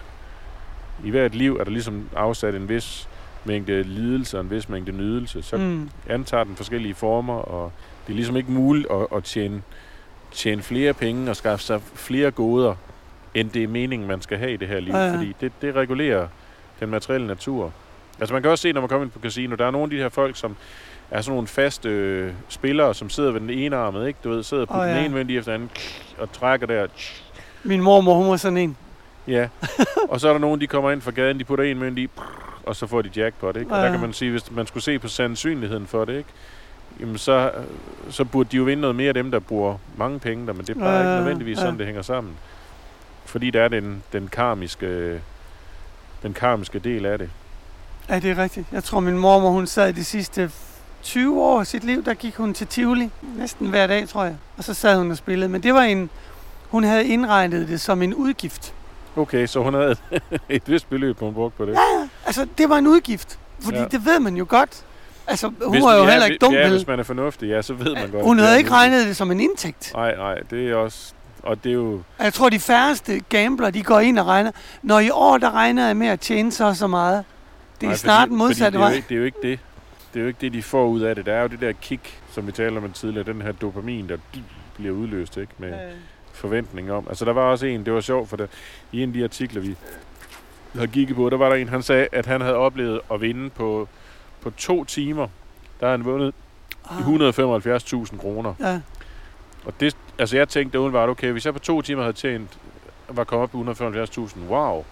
I hvert liv er der ligesom afsat en vis mængde lidelse og en vis mængde nydelse. Så mm. antager den forskellige former, og det er ligesom ikke muligt at, at tjene, tjene flere penge og skaffe sig flere goder, end det er meningen, man skal have i det her liv. Ja, ja. Fordi det, det regulerer den materielle natur. Altså man kan også se, når man kommer ind på casino, der er nogle af de her folk, som er sådan nogle faste øh, spillere, som sidder ved den ene armet, ikke? Du ved, sidder på oh, den ja. ene vendig efter den anden, og trækker der. Min mormor, hun var sådan en. Ja, og så er der nogen, de kommer ind fra gaden, de putter en myndig, og så får de jackpot, ikke? Og ja. Der kan man sige, hvis man skulle se på sandsynligheden for det, ikke? Jamen så, så burde de jo vinde noget mere af dem, der bruger mange penge der, men det er bare ja, ikke nødvendigvis ja. sådan, det hænger sammen. Fordi der er den, den karmiske, den karmiske del af det. Ja, det er rigtigt. Jeg tror, min mormor, hun sad de sidste tyve år af sit liv, der gik hun til Tivoli næsten hver dag, tror jeg. Og så sad hun og spillede. Men det var en, hun havde indregnet det som en udgift. Okay, så hun havde et vist beløb, hun brugte på det. Ja, altså det var en udgift. Fordi ja. det ved man jo godt. Altså, hun hvis, var jo ja, heller ikke dum. Ja, hvis man er fornuftig, ja, så ved man godt. Hun havde ikke regnet det som en indtægt. Nej, nej, det er også... Og det er jo... Jeg tror, de færreste gambler, de går ind og regner. Når i år, der regner jeg med at tjene så så meget. Det er nej, snart den modsatte vej. Det er jo ikke det. Det er jo ikke det, de får ud af det. Der er jo det der kick, som vi taler om tidligere. Den her dopamin, der bliver udløst, ikke? Med øh. forventning om. Altså, der var også en, det var sjovt, for der, i en af de artikler, vi har kigget på, der var der en, han sagde, at han havde oplevet at vinde på, på to timer. Der har han vundet ah. et hundrede og femoghalvfjerds tusind kroner. Ja. Og det, altså jeg tænkte uden var det okay, hvis jeg på to timer havde tjent, var kommet op på et hundrede og femoghalvfjerds tusind, wow.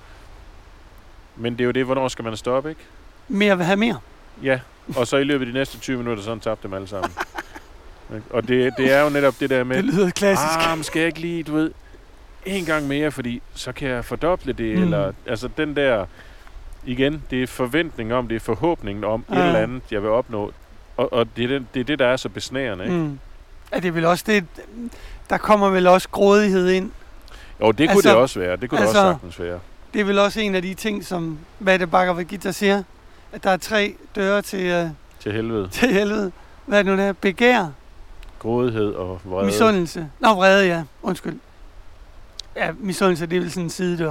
Men det er jo det, hvornår skal man stoppe, ikke? Mere vil have mere. Ja, og så i løbet af de næste tyve minutter, sådan tabte dem alle sammen. Og det, det er jo netop det der med... Det lyder klassisk. Ah, skal jeg ikke lige, du ved... en gang mere, fordi så kan jeg fordoble det, Mm. eller altså den der, igen, det er forventning om, det er forhåbningen om Ja. et eller andet, jeg vil opnå. Og, og det, er det, det er det, der er så besnærende, ikke? Mm. Er det vel også det, der kommer vel også grådighed ind. Jo, det kunne Altså- det også være. Det kunne altså- det også sagtens være. Det er vel også en af de ting, som hvad det Bhagavad Gita siger, at der er tre døre til, uh, Til helvede. til helvede. Hvad er det nu der? Begær, Grådighed og vrede. misundelse. Nå, vrede, ja. Undskyld. Ja, misundelse, det er vel sådan en sidedør.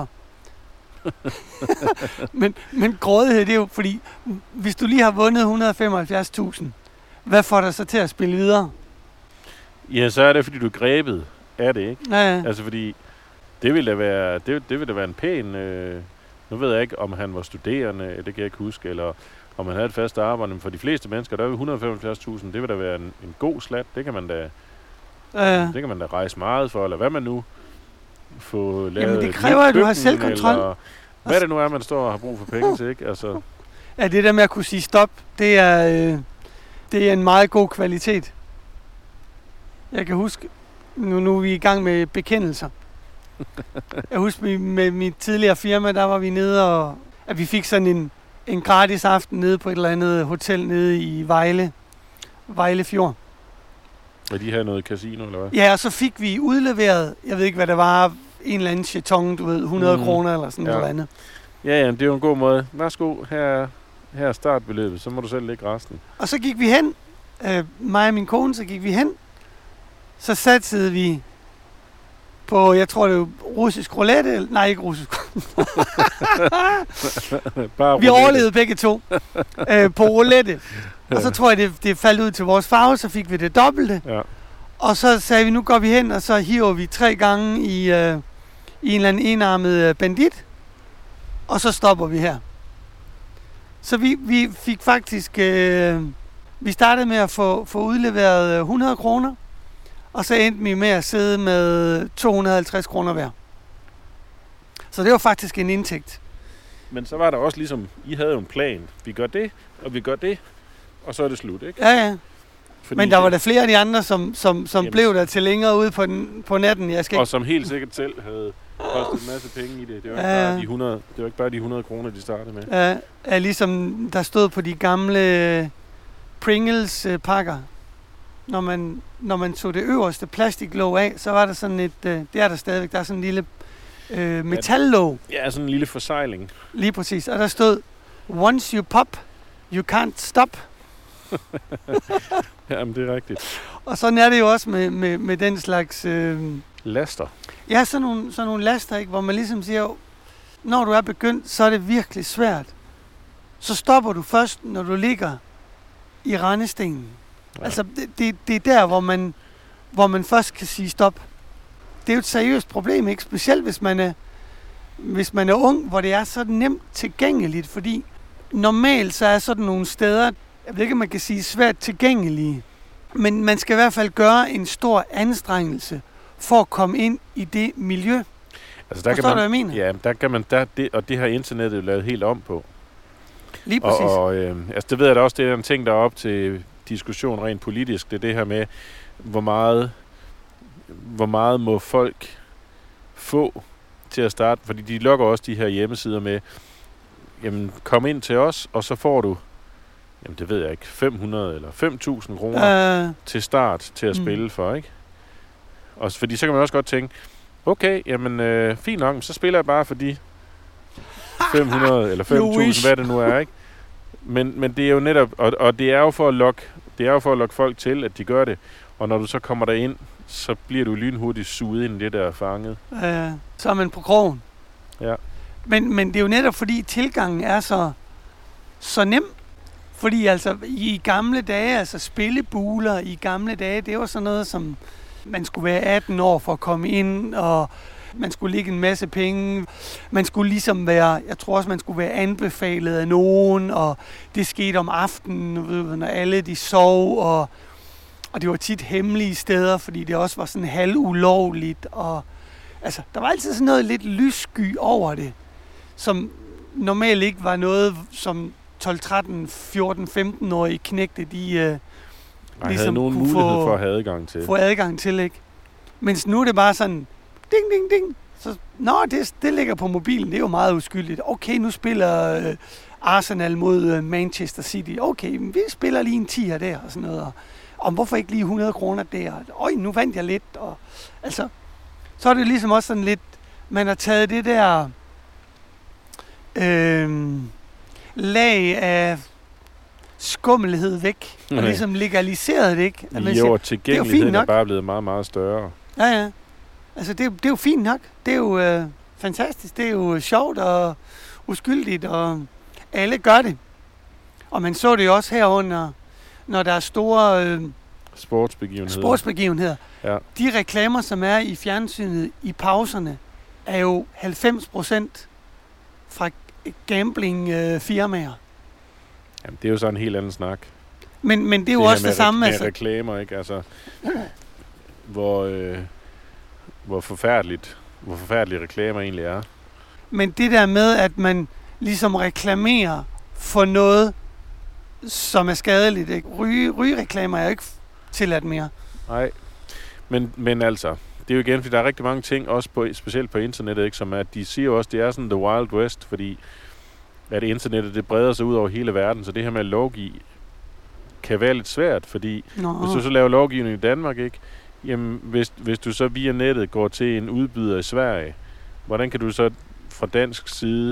men, men grådighed, det er jo fordi, hvis du lige har vundet et hundrede og femoghalvfjerds tusind, hvad får dig så til at spille videre? Ja, så er det, fordi du er grebet af det, ikke? Ja, ja. Altså, fordi det ville da være, det, det ville da være en pæn... Øh, nu ved jeg ikke, om han var studerende, det kan jeg ikke huske, eller om han havde et fast arbejde. Men for de fleste mennesker, der er et hundrede og femoghalvfjerds tusind, det vil da være en, en god slat. Det kan man da, ja. det kan man da rejse meget for, eller hvad man nu få lavet. Jamen, det et kræver, nyt at du har køkken, selvkontrol. eller hvad det nu er, man står og har brug for penge til, ikke? Altså, Ja, det der med at kunne sige stop, det er, øh, det er en meget god kvalitet. Jeg kan huske, nu, nu er vi i gang med bekendelser. Jeg husker med, med mit tidligere firma, der var vi nede, og at vi fik sådan en, en gratis aften nede på et eller andet hotel nede i Vejle, Vejle Fjord. og de havde noget casino, eller hvad? Ja, og så fik vi udleveret, jeg ved ikke hvad det var, en eller anden jeton, du ved, hundrede Mm. kroner eller sådan Ja. noget andet. Ja, ja, det er jo en god måde. Værsgo, her er, her er startbeløbet, så må du selv lægge resten. Og så gik vi hen, øh, mig og min kone, så gik vi hen, så satsede vi på, jeg tror det var russisk roulette, eller, nej ikke russisk, Bare vi roulette. overlevede begge to øh, på roulette. Og så tror jeg, det, det faldt ud til vores farve, så fik vi det dobbelte. Ja. Og så sagde vi, nu går vi hen, og så hiver vi tre gange i, øh, i en eller anden enarmet øh, bandit, og så stopper vi her. Så vi, vi fik faktisk, øh, vi startede med at få, få udleveret hundrede kroner, og så endte vi med at sidde med to hundrede og halvtreds kroner hver. Så det var faktisk en indtægt. Men så var der også ligesom, I havde jo en plan. Vi gør det, og vi gør det, og så er det slut, ikke? Ja, ja. Fordi Men der var der flere af de andre, som, som, som Jamen. blev der til længere ude på, den, på natten. Jeg skal Og ikke... som helt sikkert selv havde kostet en masse penge i det. Det var, ikke, Ja. bare de hundrede, det var ikke bare de hundrede kroner, de startede med. Ja, er ligesom der stod på de gamle Pringles-pakker. Når man, når man tog det øverste plastiklåg af, så var der sådan et, øh, det er der stadigvæk, der er sådan en lille øh, metallåg, Ja, sådan en lille forsejling. lige præcis. Og der stod, once you pop, you can't stop. Jamen, det er rigtigt. Og sådan er det jo også med, med, med den slags, øh, Laster. ja, sådan nogle, sådan nogle laster, ikke, hvor man ligesom siger, når du er begyndt, så er det virkelig svært. Så stopper du først, når du ligger i rendestenen. Ja. Ja. Altså, det, det, det er der, hvor man, hvor man først kan sige stop. Det er jo et seriøst problem, ikke? Specielt hvis man er, hvis man er ung, hvor det er så nemt tilgængeligt, fordi normalt så er sådan nogle steder, jeg ved ikke, om man kan sige svært tilgængelige, men man skal i hvert fald gøre en stor anstrengelse for at komme ind i det miljø. Altså, der Forstår kan du, man, hvad jeg mener? Ja, der kan man, der, det, og det har internettet jo lavet helt om på. Lige præcis. Og, og øh, altså, det ved jeg da også, det er en ting, der er op til diskussion rent politisk. Det er det her med, hvor meget, hvor meget må folk få til at starte. Fordi de lukker også de her hjemmesider med, jamen, kom ind til os, og så får du, jamen, det ved jeg ikke, fem hundrede eller fem tusind kroner Øh, til start til at Mm. spille for, ikke? Og fordi så kan man også godt tænke, okay, jamen, øh, fint nok, så spiller jeg bare for de fem hundrede eller fem You wish. tusind, hvad det nu er, ikke? Men, men det er jo netop, og, og det er jo for at lokke, det er jo for at lokke folk til, at de gør det. Og når du så kommer derind, så bliver du lynhurtigt suget ind i det, der er fanget. øh, så er man på krogen. Ja. Men, men det er jo netop fordi tilgangen er så, så nem. Fordi altså i gamle dage, altså spillebuler i gamle dage, det var sådan noget som, man skulle være atten år for at komme ind, og man skulle lægge en masse penge. Man skulle ligesom være, jeg tror også, man skulle være anbefalet af nogen, og det skete om aftenen, ved du, når alle de sov, og, og det var tit hemmelige steder, fordi det også var sådan halvulovligt, og altså, der var altid sådan noget lidt lyssky over det, som normalt ikke var noget, som tolv, tretten, fjorten, femten-årige knægte, de øh, Jeg Ligesom havde nogen kunne mulighed få- for at have adgang til. får adgang til, ikke? Mens nu er det bare sådan, ding, ding, ding, Så, nå, det, det ligger på mobilen, det er jo meget uskyldigt. Okay, nu spiller øh, Arsenal mod øh, Manchester City. Okay, men vi spiller lige en tier der og sådan noget. Og, og hvorfor ikke lige hundrede kroner der? Øj, nu vandt jeg lidt. Og, altså, så er det ligesom også sådan lidt, man har taget det der øh, lag af skummelhed væk, og ligesom legaliseret det, ikke? At man jo, siger, tilgængeligheden er, er bare blevet meget, meget større. Ja, ja. Altså, det, det er jo fint nok. Det er jo øh, fantastisk. Det er jo sjovt og uskyldigt, og alle gør det. Og man så det jo også herunder, når der er store øh, sportsbegivenheder. sportsbegivenheder. Ja. De reklamer, som er i fjernsynet i pauserne, er jo halvfems procent fra gambling-firmaer. Jamen, det er jo så en helt anden snak. Men, men det er jo det også det samme. Med altså. reklamer, ikke? Altså, hvor, øh, hvor forfærdeligt, hvor forfærdelige reklamer egentlig er. Men det der med, at man ligesom reklamerer for noget, som er skadeligt, ikke? Ryge, rygereklamer er jo ikke tilladt mere. Nej, men, men altså, det er jo igen, fordi der er rigtig mange ting, også på, specielt på internettet, ikke, som at de siger jo også, det er sådan the wild west, fordi at internettet, det breder sig ud over hele verden, så det her med at lovgive kan være lidt svært, fordi Nå. hvis du så laver lovgivning i Danmark, ikke, jamen, hvis, hvis du så via nettet går til en udbyder i Sverige, hvordan kan du så fra dansk side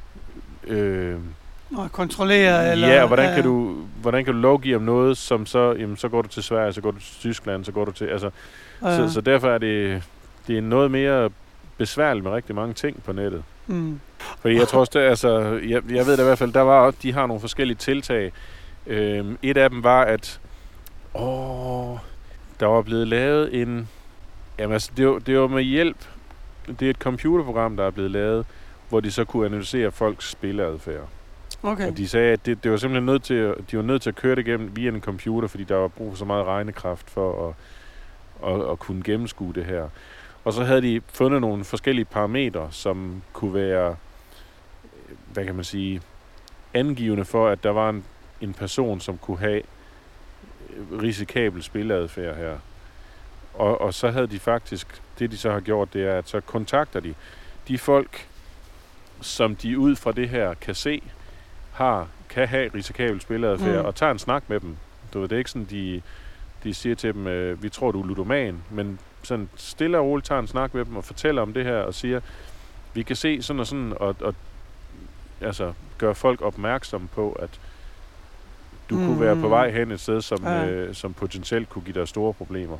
øh, Nå, kontrollere, eller... Ja, og hvordan, ja. kan du, hvordan kan du lovgive om noget, som så, jamen, så går du til Sverige, så går du til Tyskland, så går du til, altså, ja. så, så derfor er det, det er noget mere besværligt med rigtig mange ting på nettet. Mm. Fordi jeg tror også, det, altså, jeg, jeg ved da i hvert fald, der var, de har nogle forskellige tiltag. Øhm, et af dem var, at åh, der var blevet lavet en, jamen altså, det var, det var med hjælp, det er et computerprogram, der er blevet lavet, hvor de så kunne analysere folks spilleadfærd. Okay. Og de sagde, at det, det var simpelthen nødt til, at, de var nødt til at køre det igennem via en computer, fordi der var brug for så meget regnekraft for at, at, at kunne gennemskue det her. Og så havde de fundet nogle forskellige parametre, som kunne være, hvad kan man sige, angivende for, at der var en, en person, som kunne have risikabel spilleadfærd her. Og, og så havde de faktisk, det de så har gjort, det er, at så kontakter de de folk, som de ud fra det her kan se, har, kan have risikabel spilleadfærd, mm. og tager en snak med dem. Du ved, det er ikke sådan, de, de siger til dem, øh, vi tror, du er ludoman, men sådan stille og roligt tager en snak med dem og fortæller om det her og siger, vi kan se sådan og sådan, og, og altså, gøre folk opmærksomme på, at du mm. kunne være på vej hen et sted, som, ja. øh, som potentielt kunne give dig store problemer.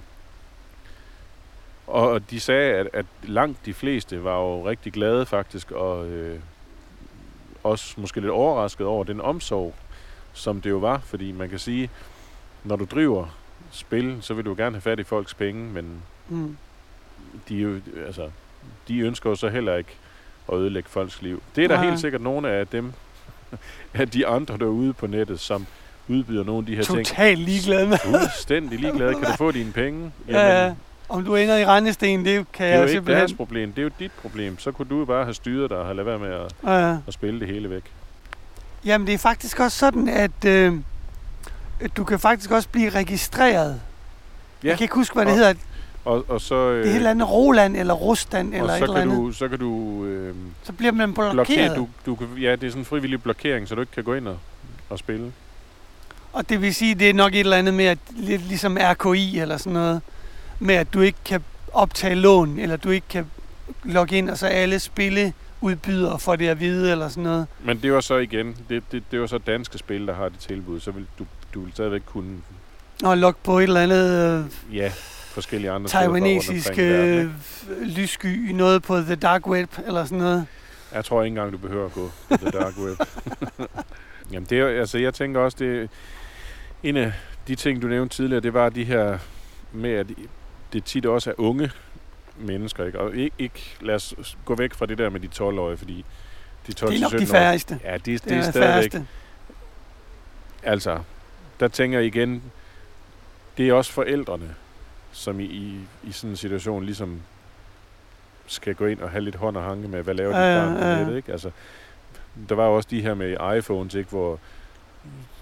Og, og de sagde, at, at langt de fleste var jo rigtig glade faktisk, og øh, også måske lidt overrasket over den omsorg, som det jo var, fordi man kan sige, når du driver spil, så vil du gerne have fat i folks penge, men mm. de, jo, altså, de ønsker jo så heller ikke at ødelægge folks liv. Det er der ja. helt sikkert nogle af dem, af de andre derude på nettet, som udbyder nogle af de her Total ting. Totalt ligeglade med. Fuldstændig ligeglade. Kan du få dine penge? Jamen, ja, om du ender i rendesten, det kan det er jeg jo simpelthen... ikke deres problem, det er jo dit problem. Så kunne du bare have styret dig og have ladet være med at, ja. at spille det hele væk. Jamen, det er faktisk også sådan, at øh, du kan faktisk også blive registreret. Ja. Jeg kan ikke huske, hvad det og, hedder. Og, og så, øh, det er et eller andet Roland eller Rusland eller et eller andet. Du, så kan du... Øh, så bliver man blokeret. Blokere, du, du kan, ja, det er sådan en frivillig blokering, så du ikke kan gå ind og, og spille. Og det vil sige, det er nok et eller andet med, at lidt ligesom R K I eller sådan noget, med at du ikke kan optage lån, eller du ikke kan logge ind, og så alle spilleudbydere får det at vide, eller sådan noget. Men det var så igen, det, det, det var så danske spil, der har det tilbud, så vil du, du vil stadigvæk kunne... Og logge på et eller andet... Øh, ja, forskellige andre taiwanesisk øh, lyssky, noget på The Dark Web, eller sådan noget. Jeg tror ikke engang, du behøver at gå på The Dark Web. Jamen, det er, altså, jeg tænker også, det en af de ting, du nævnte tidligere, det var de her med, at det tit også er unge mennesker, ikke? Og ikke, ikke lad os gå væk fra det der med de tolv-årige, fordi de tolv til sytten år... Det er nok de færreste. Ja, det, det, det er, er stadigvæk... Færreste. Altså, der tænker jeg igen, det er også forældrene, som i, i, i sådan en situation ligesom skal gå ind og have lidt hånd og hanke med, hvad laver ja, de barn på ja, ja. nettet, ikke? Altså, der var jo også de her med iPhones, ikke, hvor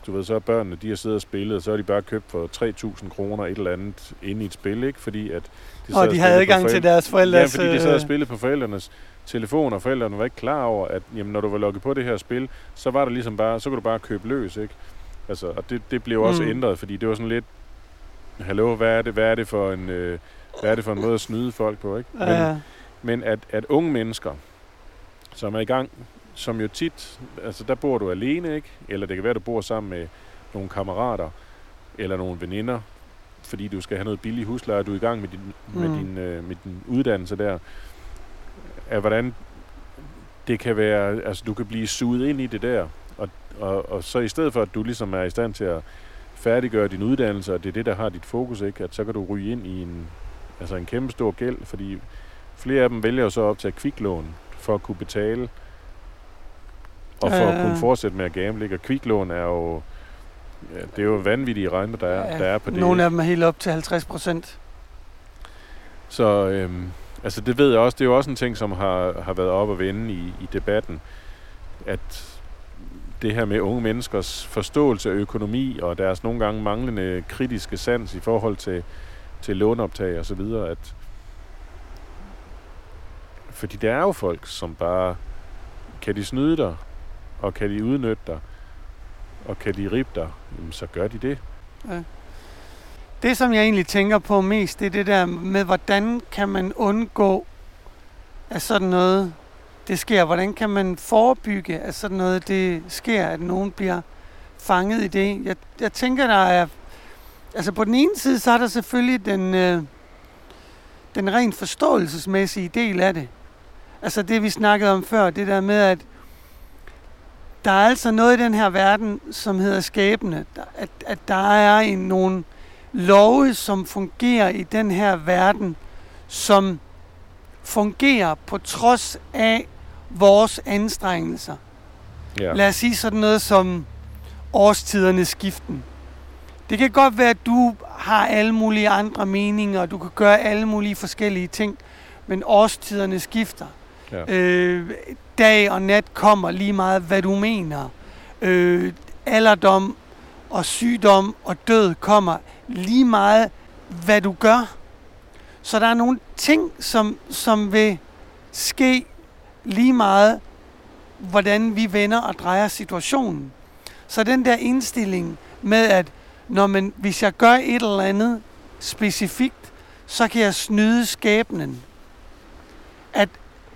du ved, så er børnene, de har siddet og spillet, og så har de bare købt for tre tusind kroner et eller andet inde i et spil, ikke? Fordi at de, og de havde adgang til deres forældres... Ja, fordi de sad og spillede på forældrenes telefon, og forældrene var ikke klar over, at jamen, når du var logget på det her spil, så var der ligesom bare, så kunne du bare købe løs, ikke? Altså, og det, det blev også mm. ændret, fordi det var sådan lidt, hallo, hvad er det, hvad er det for en, øh, hvad er det for en måde at snyde folk på, ikke? Men, ja. men at, at unge mennesker, som er i gang, som jo tit, altså der bor du alene, ikke? Eller det kan være, du bor sammen med nogle kammerater, eller nogle veninder, fordi du skal have noget billig husleje, du er i gang med din, mm. med din, øh, med din uddannelse der, af hvordan det kan være, altså du kan blive suget ind i det der, og, og, og så i stedet for, at du ligesom er i stand til at færdiggøre din uddannelse, og det er det, der har dit fokus, ikke? At så kan du ryge ind i en, altså en kæmpe stor gæld, fordi flere af dem vælger jo så op til at kviklån, for at kunne betale, og for øh. at kunne fortsætte med at gamble, ikke? Og kviklån er jo, ja, det er jo vanvittige renter, der er, ja, der er på det. Nogle af dem er helt op til halvtreds procent. Så, øhm, altså det ved jeg også, det er jo også en ting, som har, har været op at vende i, i debatten, at det her med unge menneskers forståelse af økonomi, og deres nogle gange manglende kritiske sans i forhold til, til låneoptag og så videre, at fordi der er jo folk, som bare, kan de snyde dig, og kan de udnytte dig, og kan de rippe dig, jamen, så gør de det. Ja. Det, som jeg egentlig tænker på mest, det er det der med, hvordan kan man undgå, at sådan noget, det sker. Hvordan kan man forebygge, at sådan noget, det sker, at nogen bliver fanget i det. Jeg, jeg tænker, der er, altså på den ene side, så er der selvfølgelig den, øh, den rent forståelsesmæssige del af det. Altså det, vi snakkede om før, det der med, at der er altså noget i den her verden, som hedder skæbne. At, at der er en, nogle love, som fungerer i den her verden, som fungerer på trods af vores anstrengelser. Ja. Lad os sige sådan noget som årstidernes skiften. Det kan godt være, at du har alle mulige andre meninger, og du kan gøre alle mulige forskellige ting, men årstiderne skifter. Ja. Øh, dag og nat kommer lige meget, hvad du mener. Øh, alderdom og sygdom og død kommer lige meget, hvad du gør. Så der er nogle ting, som, som vil ske lige meget, hvordan vi vender og drejer situationen. Så den der indstilling med, at når man, hvis jeg gør et eller andet specifikt, så kan jeg snyde skæbnen. At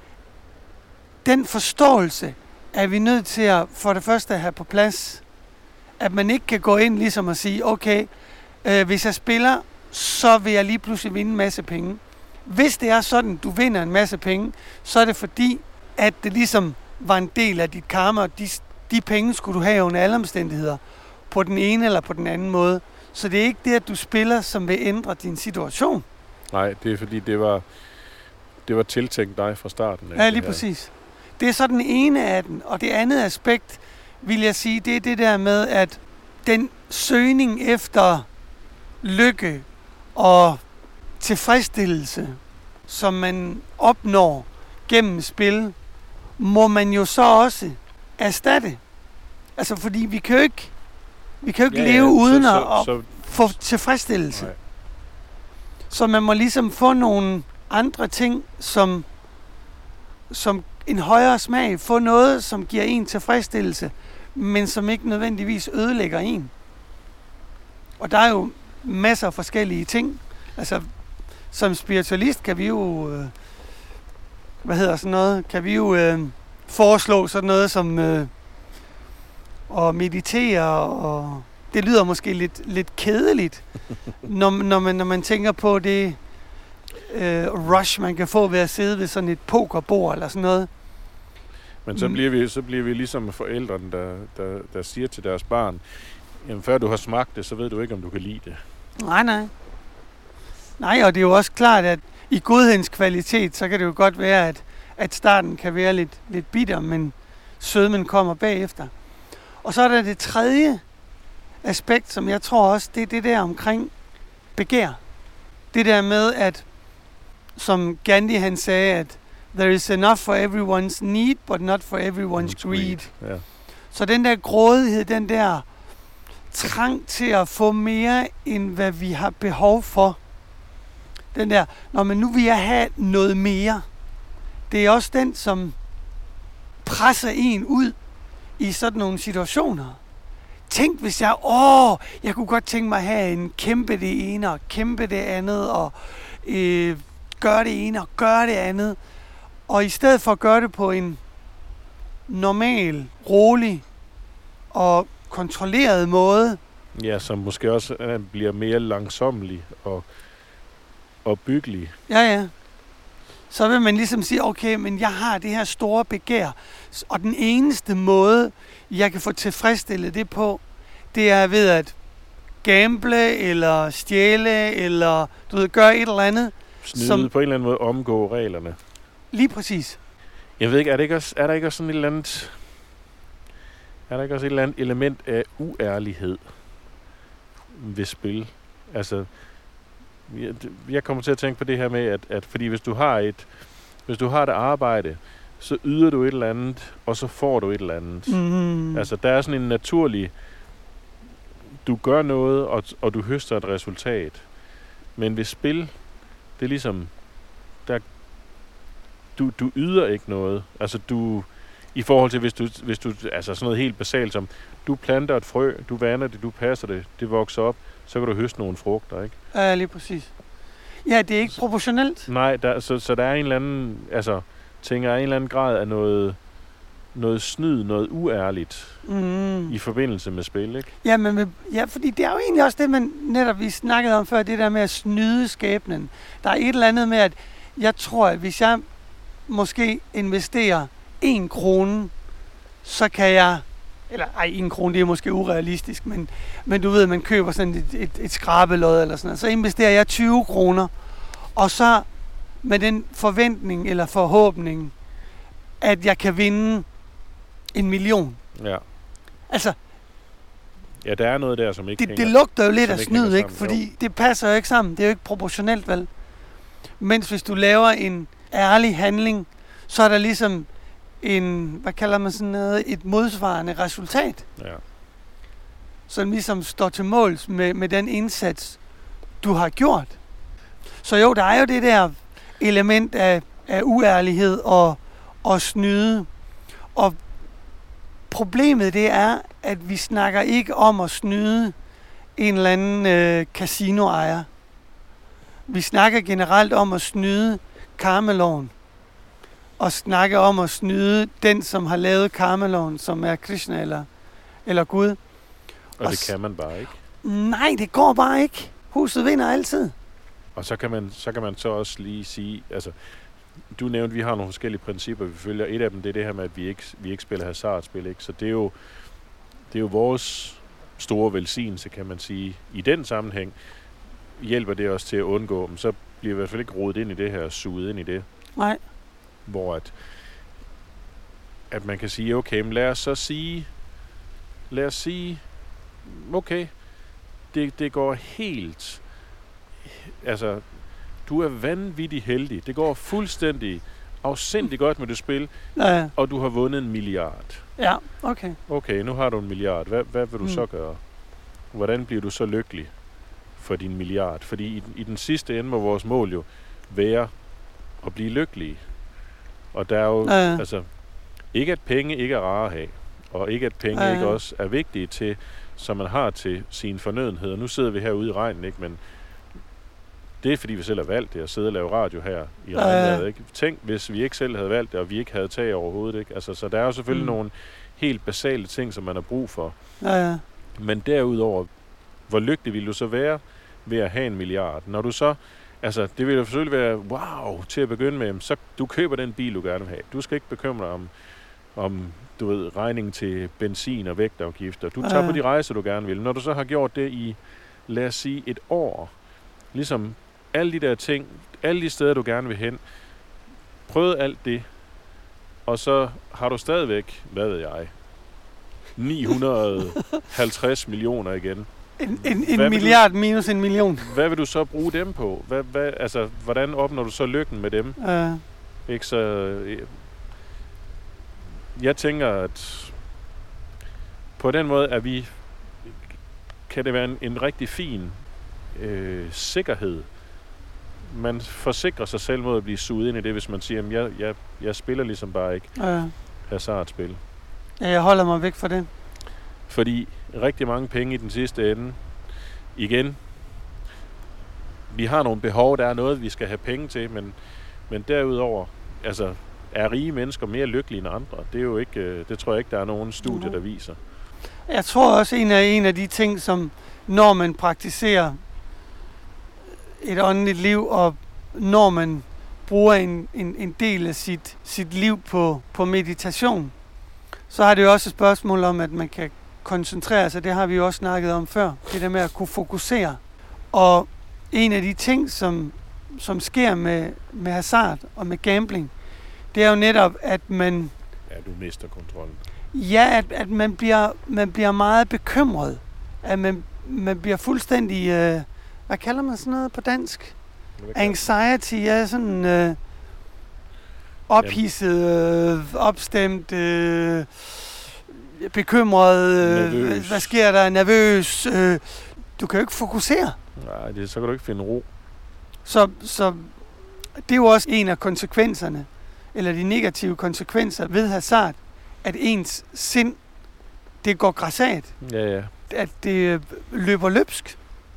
den forståelse er vi nødt til at for det første have på plads. At man ikke kan gå ind ligesom og sige, okay, øh, hvis jeg spiller, så vil jeg lige pludselig vinde en masse penge. Hvis det er sådan, du vinder en masse penge, så er det fordi, at det ligesom var en del af dit karma, og de, de penge skulle du have under alle omstændigheder, på den ene eller på den anden måde. Så det er ikke det, at du spiller, som vil ændre din situation. Nej, det er fordi, det var, det var tiltænkt dig fra starten. Ja, lige præcis. Det er så den ene af den, og det andet aspekt, vil jeg sige, det er det der med, at den søgning efter lykke og tilfredsstillelse, som man opnår gennem spil, må man jo så også erstatte. Altså, fordi vi kan jo ikke, vi kan jo ikke ja, leve ja, uden så, så, at så, få tilfredsstillelse. Nej. Så man må ligesom få nogle andre ting, som, som en højere smag, få noget, som giver en tilfredsstillelse, men som ikke nødvendigvis ødelægger en. Og der er jo masser af forskellige ting. Altså, som spiritualist kan vi jo, øh, hvad hedder sådan noget, kan vi jo øh, foreslå sådan noget som øh, at meditere, og det lyder måske lidt, lidt kedeligt, når, når, man, når man tænker på det øh, rush, man kan få ved at sidde ved sådan et pokerbord eller sådan noget. Men så bliver vi, så bliver vi ligesom forældrene, der, der, der siger til deres barn, jamen før du har smagt det, så ved du ikke, om du kan lide det. Nej, nej. Nej, og det er jo også klart, at i godhedens kvalitet, så kan det jo godt være, at, at starten kan være lidt, lidt bitter, men sødmen kommer bagefter. Og så er der det tredje aspekt, som jeg tror også, det er det der omkring begær. Det der med, at som Gandhi han sagde, at there is enough for everyone's need, but not for everyone's greed. Ja. Så den der grådighed, den der trang til at få mere, end hvad vi har behov for. Den der, når man nu vil jeg have noget mere. Det er også den, som presser en ud i sådan nogle situationer. Tænk, hvis jeg, åh, jeg kunne godt tænke mig at have en kæmpe det ene, og kæmpe det andet, og øh, gøre det ene, og gøre det andet. Og i stedet for at gøre det på en normal, rolig og kontrolleret måde. Ja, som måske også øh, bliver mere langsomlig og, og byggelig. Ja, ja. Så vil man ligesom sige, okay, men jeg har det her store begær, og den eneste måde, jeg kan få tilfredsstillet det på, det er ved at gamble, eller stjæle, eller du ved, gøre et eller andet. Snyde som på en eller anden måde, omgå reglerne. Lige præcis. Jeg ved ikke, er, det ikke også, er der ikke også sådan et eller andet... Er der ikke også et eller andet element af uærlighed ved spil? Altså, jeg, jeg kommer til at tænke på det her med, at, at fordi hvis du har et, hvis du har et arbejde, så yder du et eller andet, og så får du et eller andet. Mm. Altså, der er sådan en naturlig... Du gør noget, og, og du høster et resultat. Men ved spil, det er ligesom... Der, du, du yder ikke noget. Altså, du... I forhold til, hvis du, hvis du... Altså, sådan noget helt basalt som... Du planter et frø, du vander det, du passer det, det vokser op, så kan du høste nogle frugter, ikke? Ja, lige præcis. Ja, det er ikke proportionelt. Nej, der, så, så der er en eller anden... Altså, tænker jeg, en eller anden grad af noget... noget snyd, noget uærligt mm. i forbindelse med spil, ikke? Ja, men, ja, fordi det er jo egentlig også det, man netop vi snakkede om før, det der med at snyde skæbnen. Der er et eller andet med, at jeg tror, at hvis jeg måske investerer en krone, så kan jeg, eller ej, en krone, det er måske urealistisk, men, men du ved, man køber sådan et, et, et skrabelod eller sådan noget, så investerer jeg tyve kroner, og så med den forventning eller forhåbning, at jeg kan vinde en million. Ja. Altså, ja, der er noget der, som ikke det, hænger, det lugter jo lidt af ikke snyd, ikke? Sammen, Fordi jo. det passer jo ikke sammen. Det er jo ikke proportionelt, vel? Mens hvis du laver en ærlig handling, så er der ligesom en, hvad kalder man sådan noget, et modsvarende resultat. Ja. Som ligesom står til måls med, med den indsats, du har gjort. Så jo, der er jo det der element af, af uærlighed og, og snyde. Og problemet det er, at vi snakker ikke om at snyde en eller anden øh, casinoejer. Vi snakker generelt om at snyde karmeloven. Og snakke om at snyde den, som har lavet karmeloven, som er Krishna eller, eller Gud. Og, og det s- kan man bare ikke. Nej, det går bare ikke. Huset vinder altid. Og så kan man så kan man så også lige sige, altså du nævnte, at vi har nogle forskellige principper, vi følger. Et af dem, det er det her med, at vi ikke, vi ikke spiller hasardspil, ikke? Så det er jo det er jo vores store velsignelse, kan man sige. I den sammenhæng hjælper det os til at undgå dem. Så bliver vi i hvert fald ikke rodet ind i det her, suget ind i det. Nej. Hvor at, at man kan sige, okay, men lad os så sige, lad os sige, okay, det, det går helt, altså, du er vanvittigt heldig. Det går fuldstændig afsindigt godt med det spil, Ja, og du har vundet en milliard. ja, okay. Okay, nu har du en milliard. Hvad, hvad vil du Mm. så gøre? Hvordan bliver du så lykkelig for din milliard? Fordi i, i den sidste ende må vores mål jo være at blive lykkelige. Og der er jo, Ja, ja. altså, ikke at penge ikke er rare at have, og ikke at penge Ja, ja. ikke også er vigtige til, som man har til sine fornødenheder. Nu sidder vi herude i regnen, ikke? Men det er fordi, vi selv har valgt det, at sidde og lave radio her i Ja, ja. regnvejret, ikke? Tænk, hvis vi ikke selv havde valgt det, og vi ikke havde tag overhovedet, ikke? Altså, så der er jo selvfølgelig Mm. nogle helt basale ting, som man har brug for. Ja, ja. Men derudover, hvor lykkelig vil du så være ved at have en milliard? Når du så, altså det vil jo selvfølgelig være, wow, til at begynde med, så du køber den bil, du gerne vil have. Du skal ikke bekymre dig om, om du ved, regningen til benzin og vægtafgifter. Du tager Ja. på de rejser, du gerne vil. Når du så har gjort det i, lad os sige, et år, ligesom alle de der ting, alle de steder, du gerne vil hen, prøv alt det, og så har du stadigvæk, hvad ved jeg, ni hundrede og halvtreds millioner igen. En, en, Hvad en vil milliard minus en million. Hvad vil du så bruge dem på? Hvad, hvad, altså, hvordan opnår du så lykken med dem? Ja. Ikke så... øh, Jeg tænker, at på den måde er vi kan det være en, en rigtig fin øh, sikkerhed. Man forsikrer sig selv mod at blive suget ind i det, hvis man siger, at jeg, jeg, jeg spiller ligesom bare ikke Ja. hasardspil. Ja, jeg holder mig væk fra det. Fordi rigtig mange penge i den sidste ende, igen, vi har nogle behov, der er noget, vi skal have penge til, men, men derudover, altså, er rige mennesker mere lykkelige end andre? Det er jo ikke, det tror jeg ikke, der er nogen studie, der viser. Jeg tror også, en af, en af de ting, som når man praktiserer et åndeligt liv, og når man bruger en, en, en del af sit, sit liv på, på meditation, så har det jo også et spørgsmål om, at man kan koncentrere sig. Det har vi jo også snakket om før. Det der med at kunne fokusere. Og en af de ting, som, som sker med, med hasard og med gambling, det er jo netop, at man... Ja, du mister kontrollen. Ja, at, at man, bliver, man bliver meget bekymret. At man, man bliver fuldstændig... Øh, hvad kalder man sådan noget på dansk? Anxiety, ja, sådan... Øh, ophidset, øh, opstemt, øh, bekymret, øh, hvad sker der, nervøs. Øh, du kan jo ikke fokusere. Nej, det, så kan du ikke finde ro. Så, så det er jo også en af konsekvenserne, eller de negative konsekvenser ved hasard, at ens sind, det går grassat. Ja, ja. At det løber løbsk.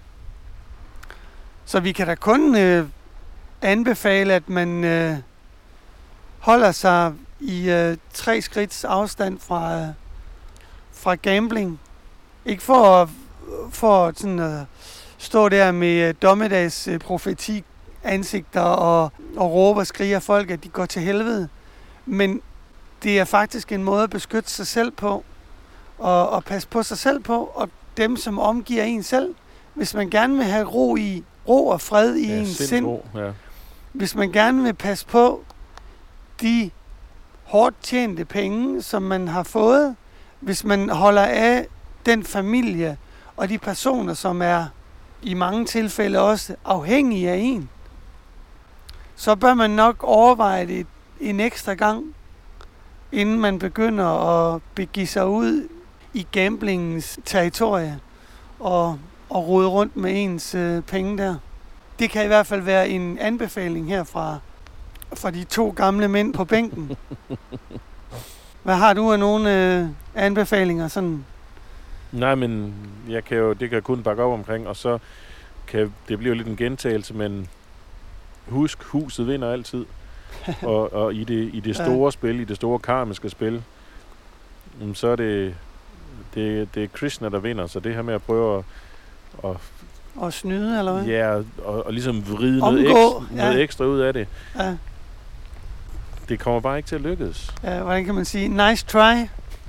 Så vi kan da kun øh, anbefale, at man øh, holder sig i øh, tre skridts afstand fra, øh, fra gambling. Ikke for at for sådan, øh, stå der med øh, dommedags øh, profeti ansigter og, og råbe og skrige af folk, at de går til helvede. Men det er faktisk en måde at beskytte sig selv på, og, og passe på sig selv på, og dem, som omgiver en selv. Hvis man gerne vil have ro i ro og fred i ja, ens sind, ja. Hvis man gerne vil passe på de hårdt tjente penge, som man har fået, hvis man holder af den familie og de personer, som er i mange tilfælde også afhængige af en, så bør man nok overveje det en ekstra gang, inden man begynder at begive sig ud i gamblingens territorie og, og rode rundt med ens øh, penge der. Det kan i hvert fald være en anbefaling her fra, fra de to gamle mænd på bænken. Hvad har du af nogle øh, anbefalinger sådan? Nej, men jeg kan jo, det kan jeg kun bakke op omkring, og så kan det blive lidt en gentagelse, men husk, huset vinder altid. og, og i det, i det store ja. spil, i det store karmiske spil, så er det, det, det er Krishna, der vinder. Så det her med at prøve at... at og snyde, eller hvad? Ja, og, og ligesom vride noget ekstra, ja. noget ekstra ud af det. Ja. Det kommer bare ikke til at lykkes. Ja, hvordan kan man sige? Nice try.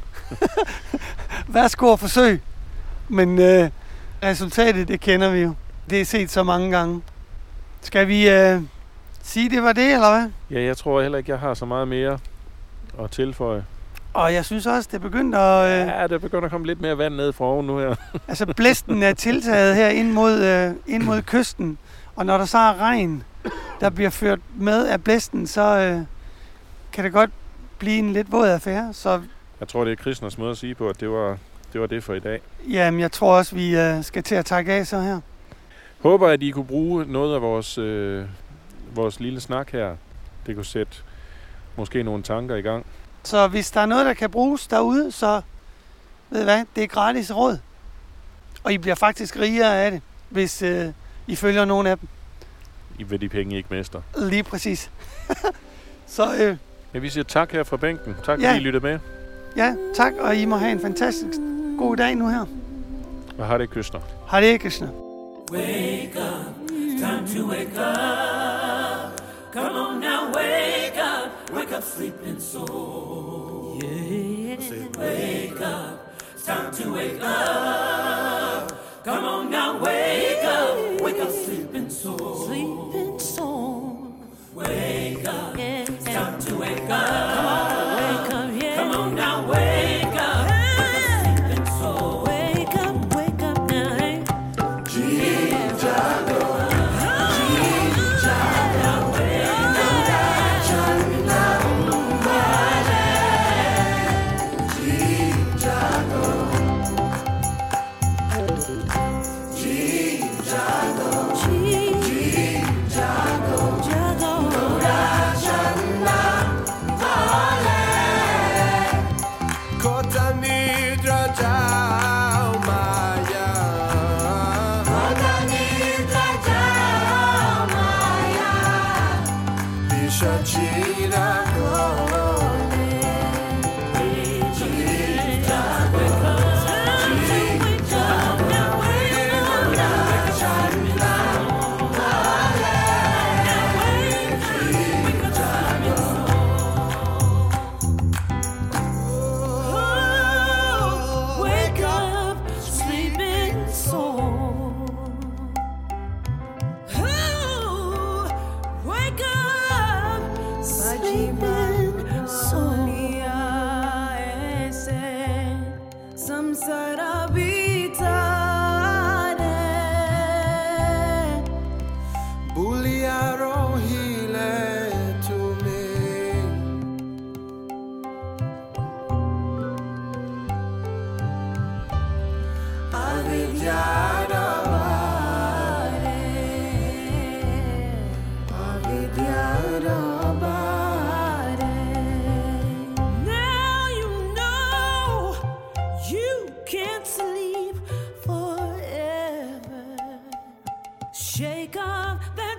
Værsgo og forsøg. Men øh, resultatet, det kender vi jo. Det er set så mange gange. Skal vi øh, sige, det var det, eller hvad? Ja, jeg tror heller ikke, jeg har så meget mere at tilføje. Og jeg synes også, det begyndte at... Øh, ja, det begynder at komme lidt mere vand ned fra oven nu her. altså, blæsten er tiltaget her ind mod, øh, ind mod kysten. Og når der så er regn, der bliver ført med af blæsten, så øh, kan det godt blive en lidt våd affære. Så jeg tror, det er Krishnas måde at sige på, at det var det, var det for i dag. Jamen, jeg tror også, vi øh, skal til at takke af så her. Håber, at I kunne bruge noget af vores, øh, vores lille snak her. Det kunne sætte måske nogle tanker i gang. Så hvis der er noget, der kan bruges derude, så ved I hvad, det er gratis råd. Og I bliver faktisk rigere af det, hvis øh, I følger nogle af dem. I vil de penge, I ikke mister. Lige præcis. så øh, ja, vi siger tak her fra bænken. Tak, ja. fordi I lyttede med. Ja, tak, og I må have en fantastisk god dag nu her. Og Hare Krishna. Hare Krishna. Wake up, time to wake up. Come on now, wake up, wake up, sleeping soul. Yeah. Wake up, time to wake up. Come on now, wake up, wake up, sleeping soul. Sleeping soul. Wake up, yeah. time to wake up. Come on, wake up, yeah. Come on now, wake up, wake up, sleeping soul. Wake up, wake up now, hey. G-Jago. Thank you. Chachira Kone Chachira Wake up Wake up Now wake up Now wake up sleeping soul. Wake up, sleeping soul. Samsara bitane, buliaro hile to me. Avidyada bare, avidyada bare. Now you know you can't sleep forever. Shake off that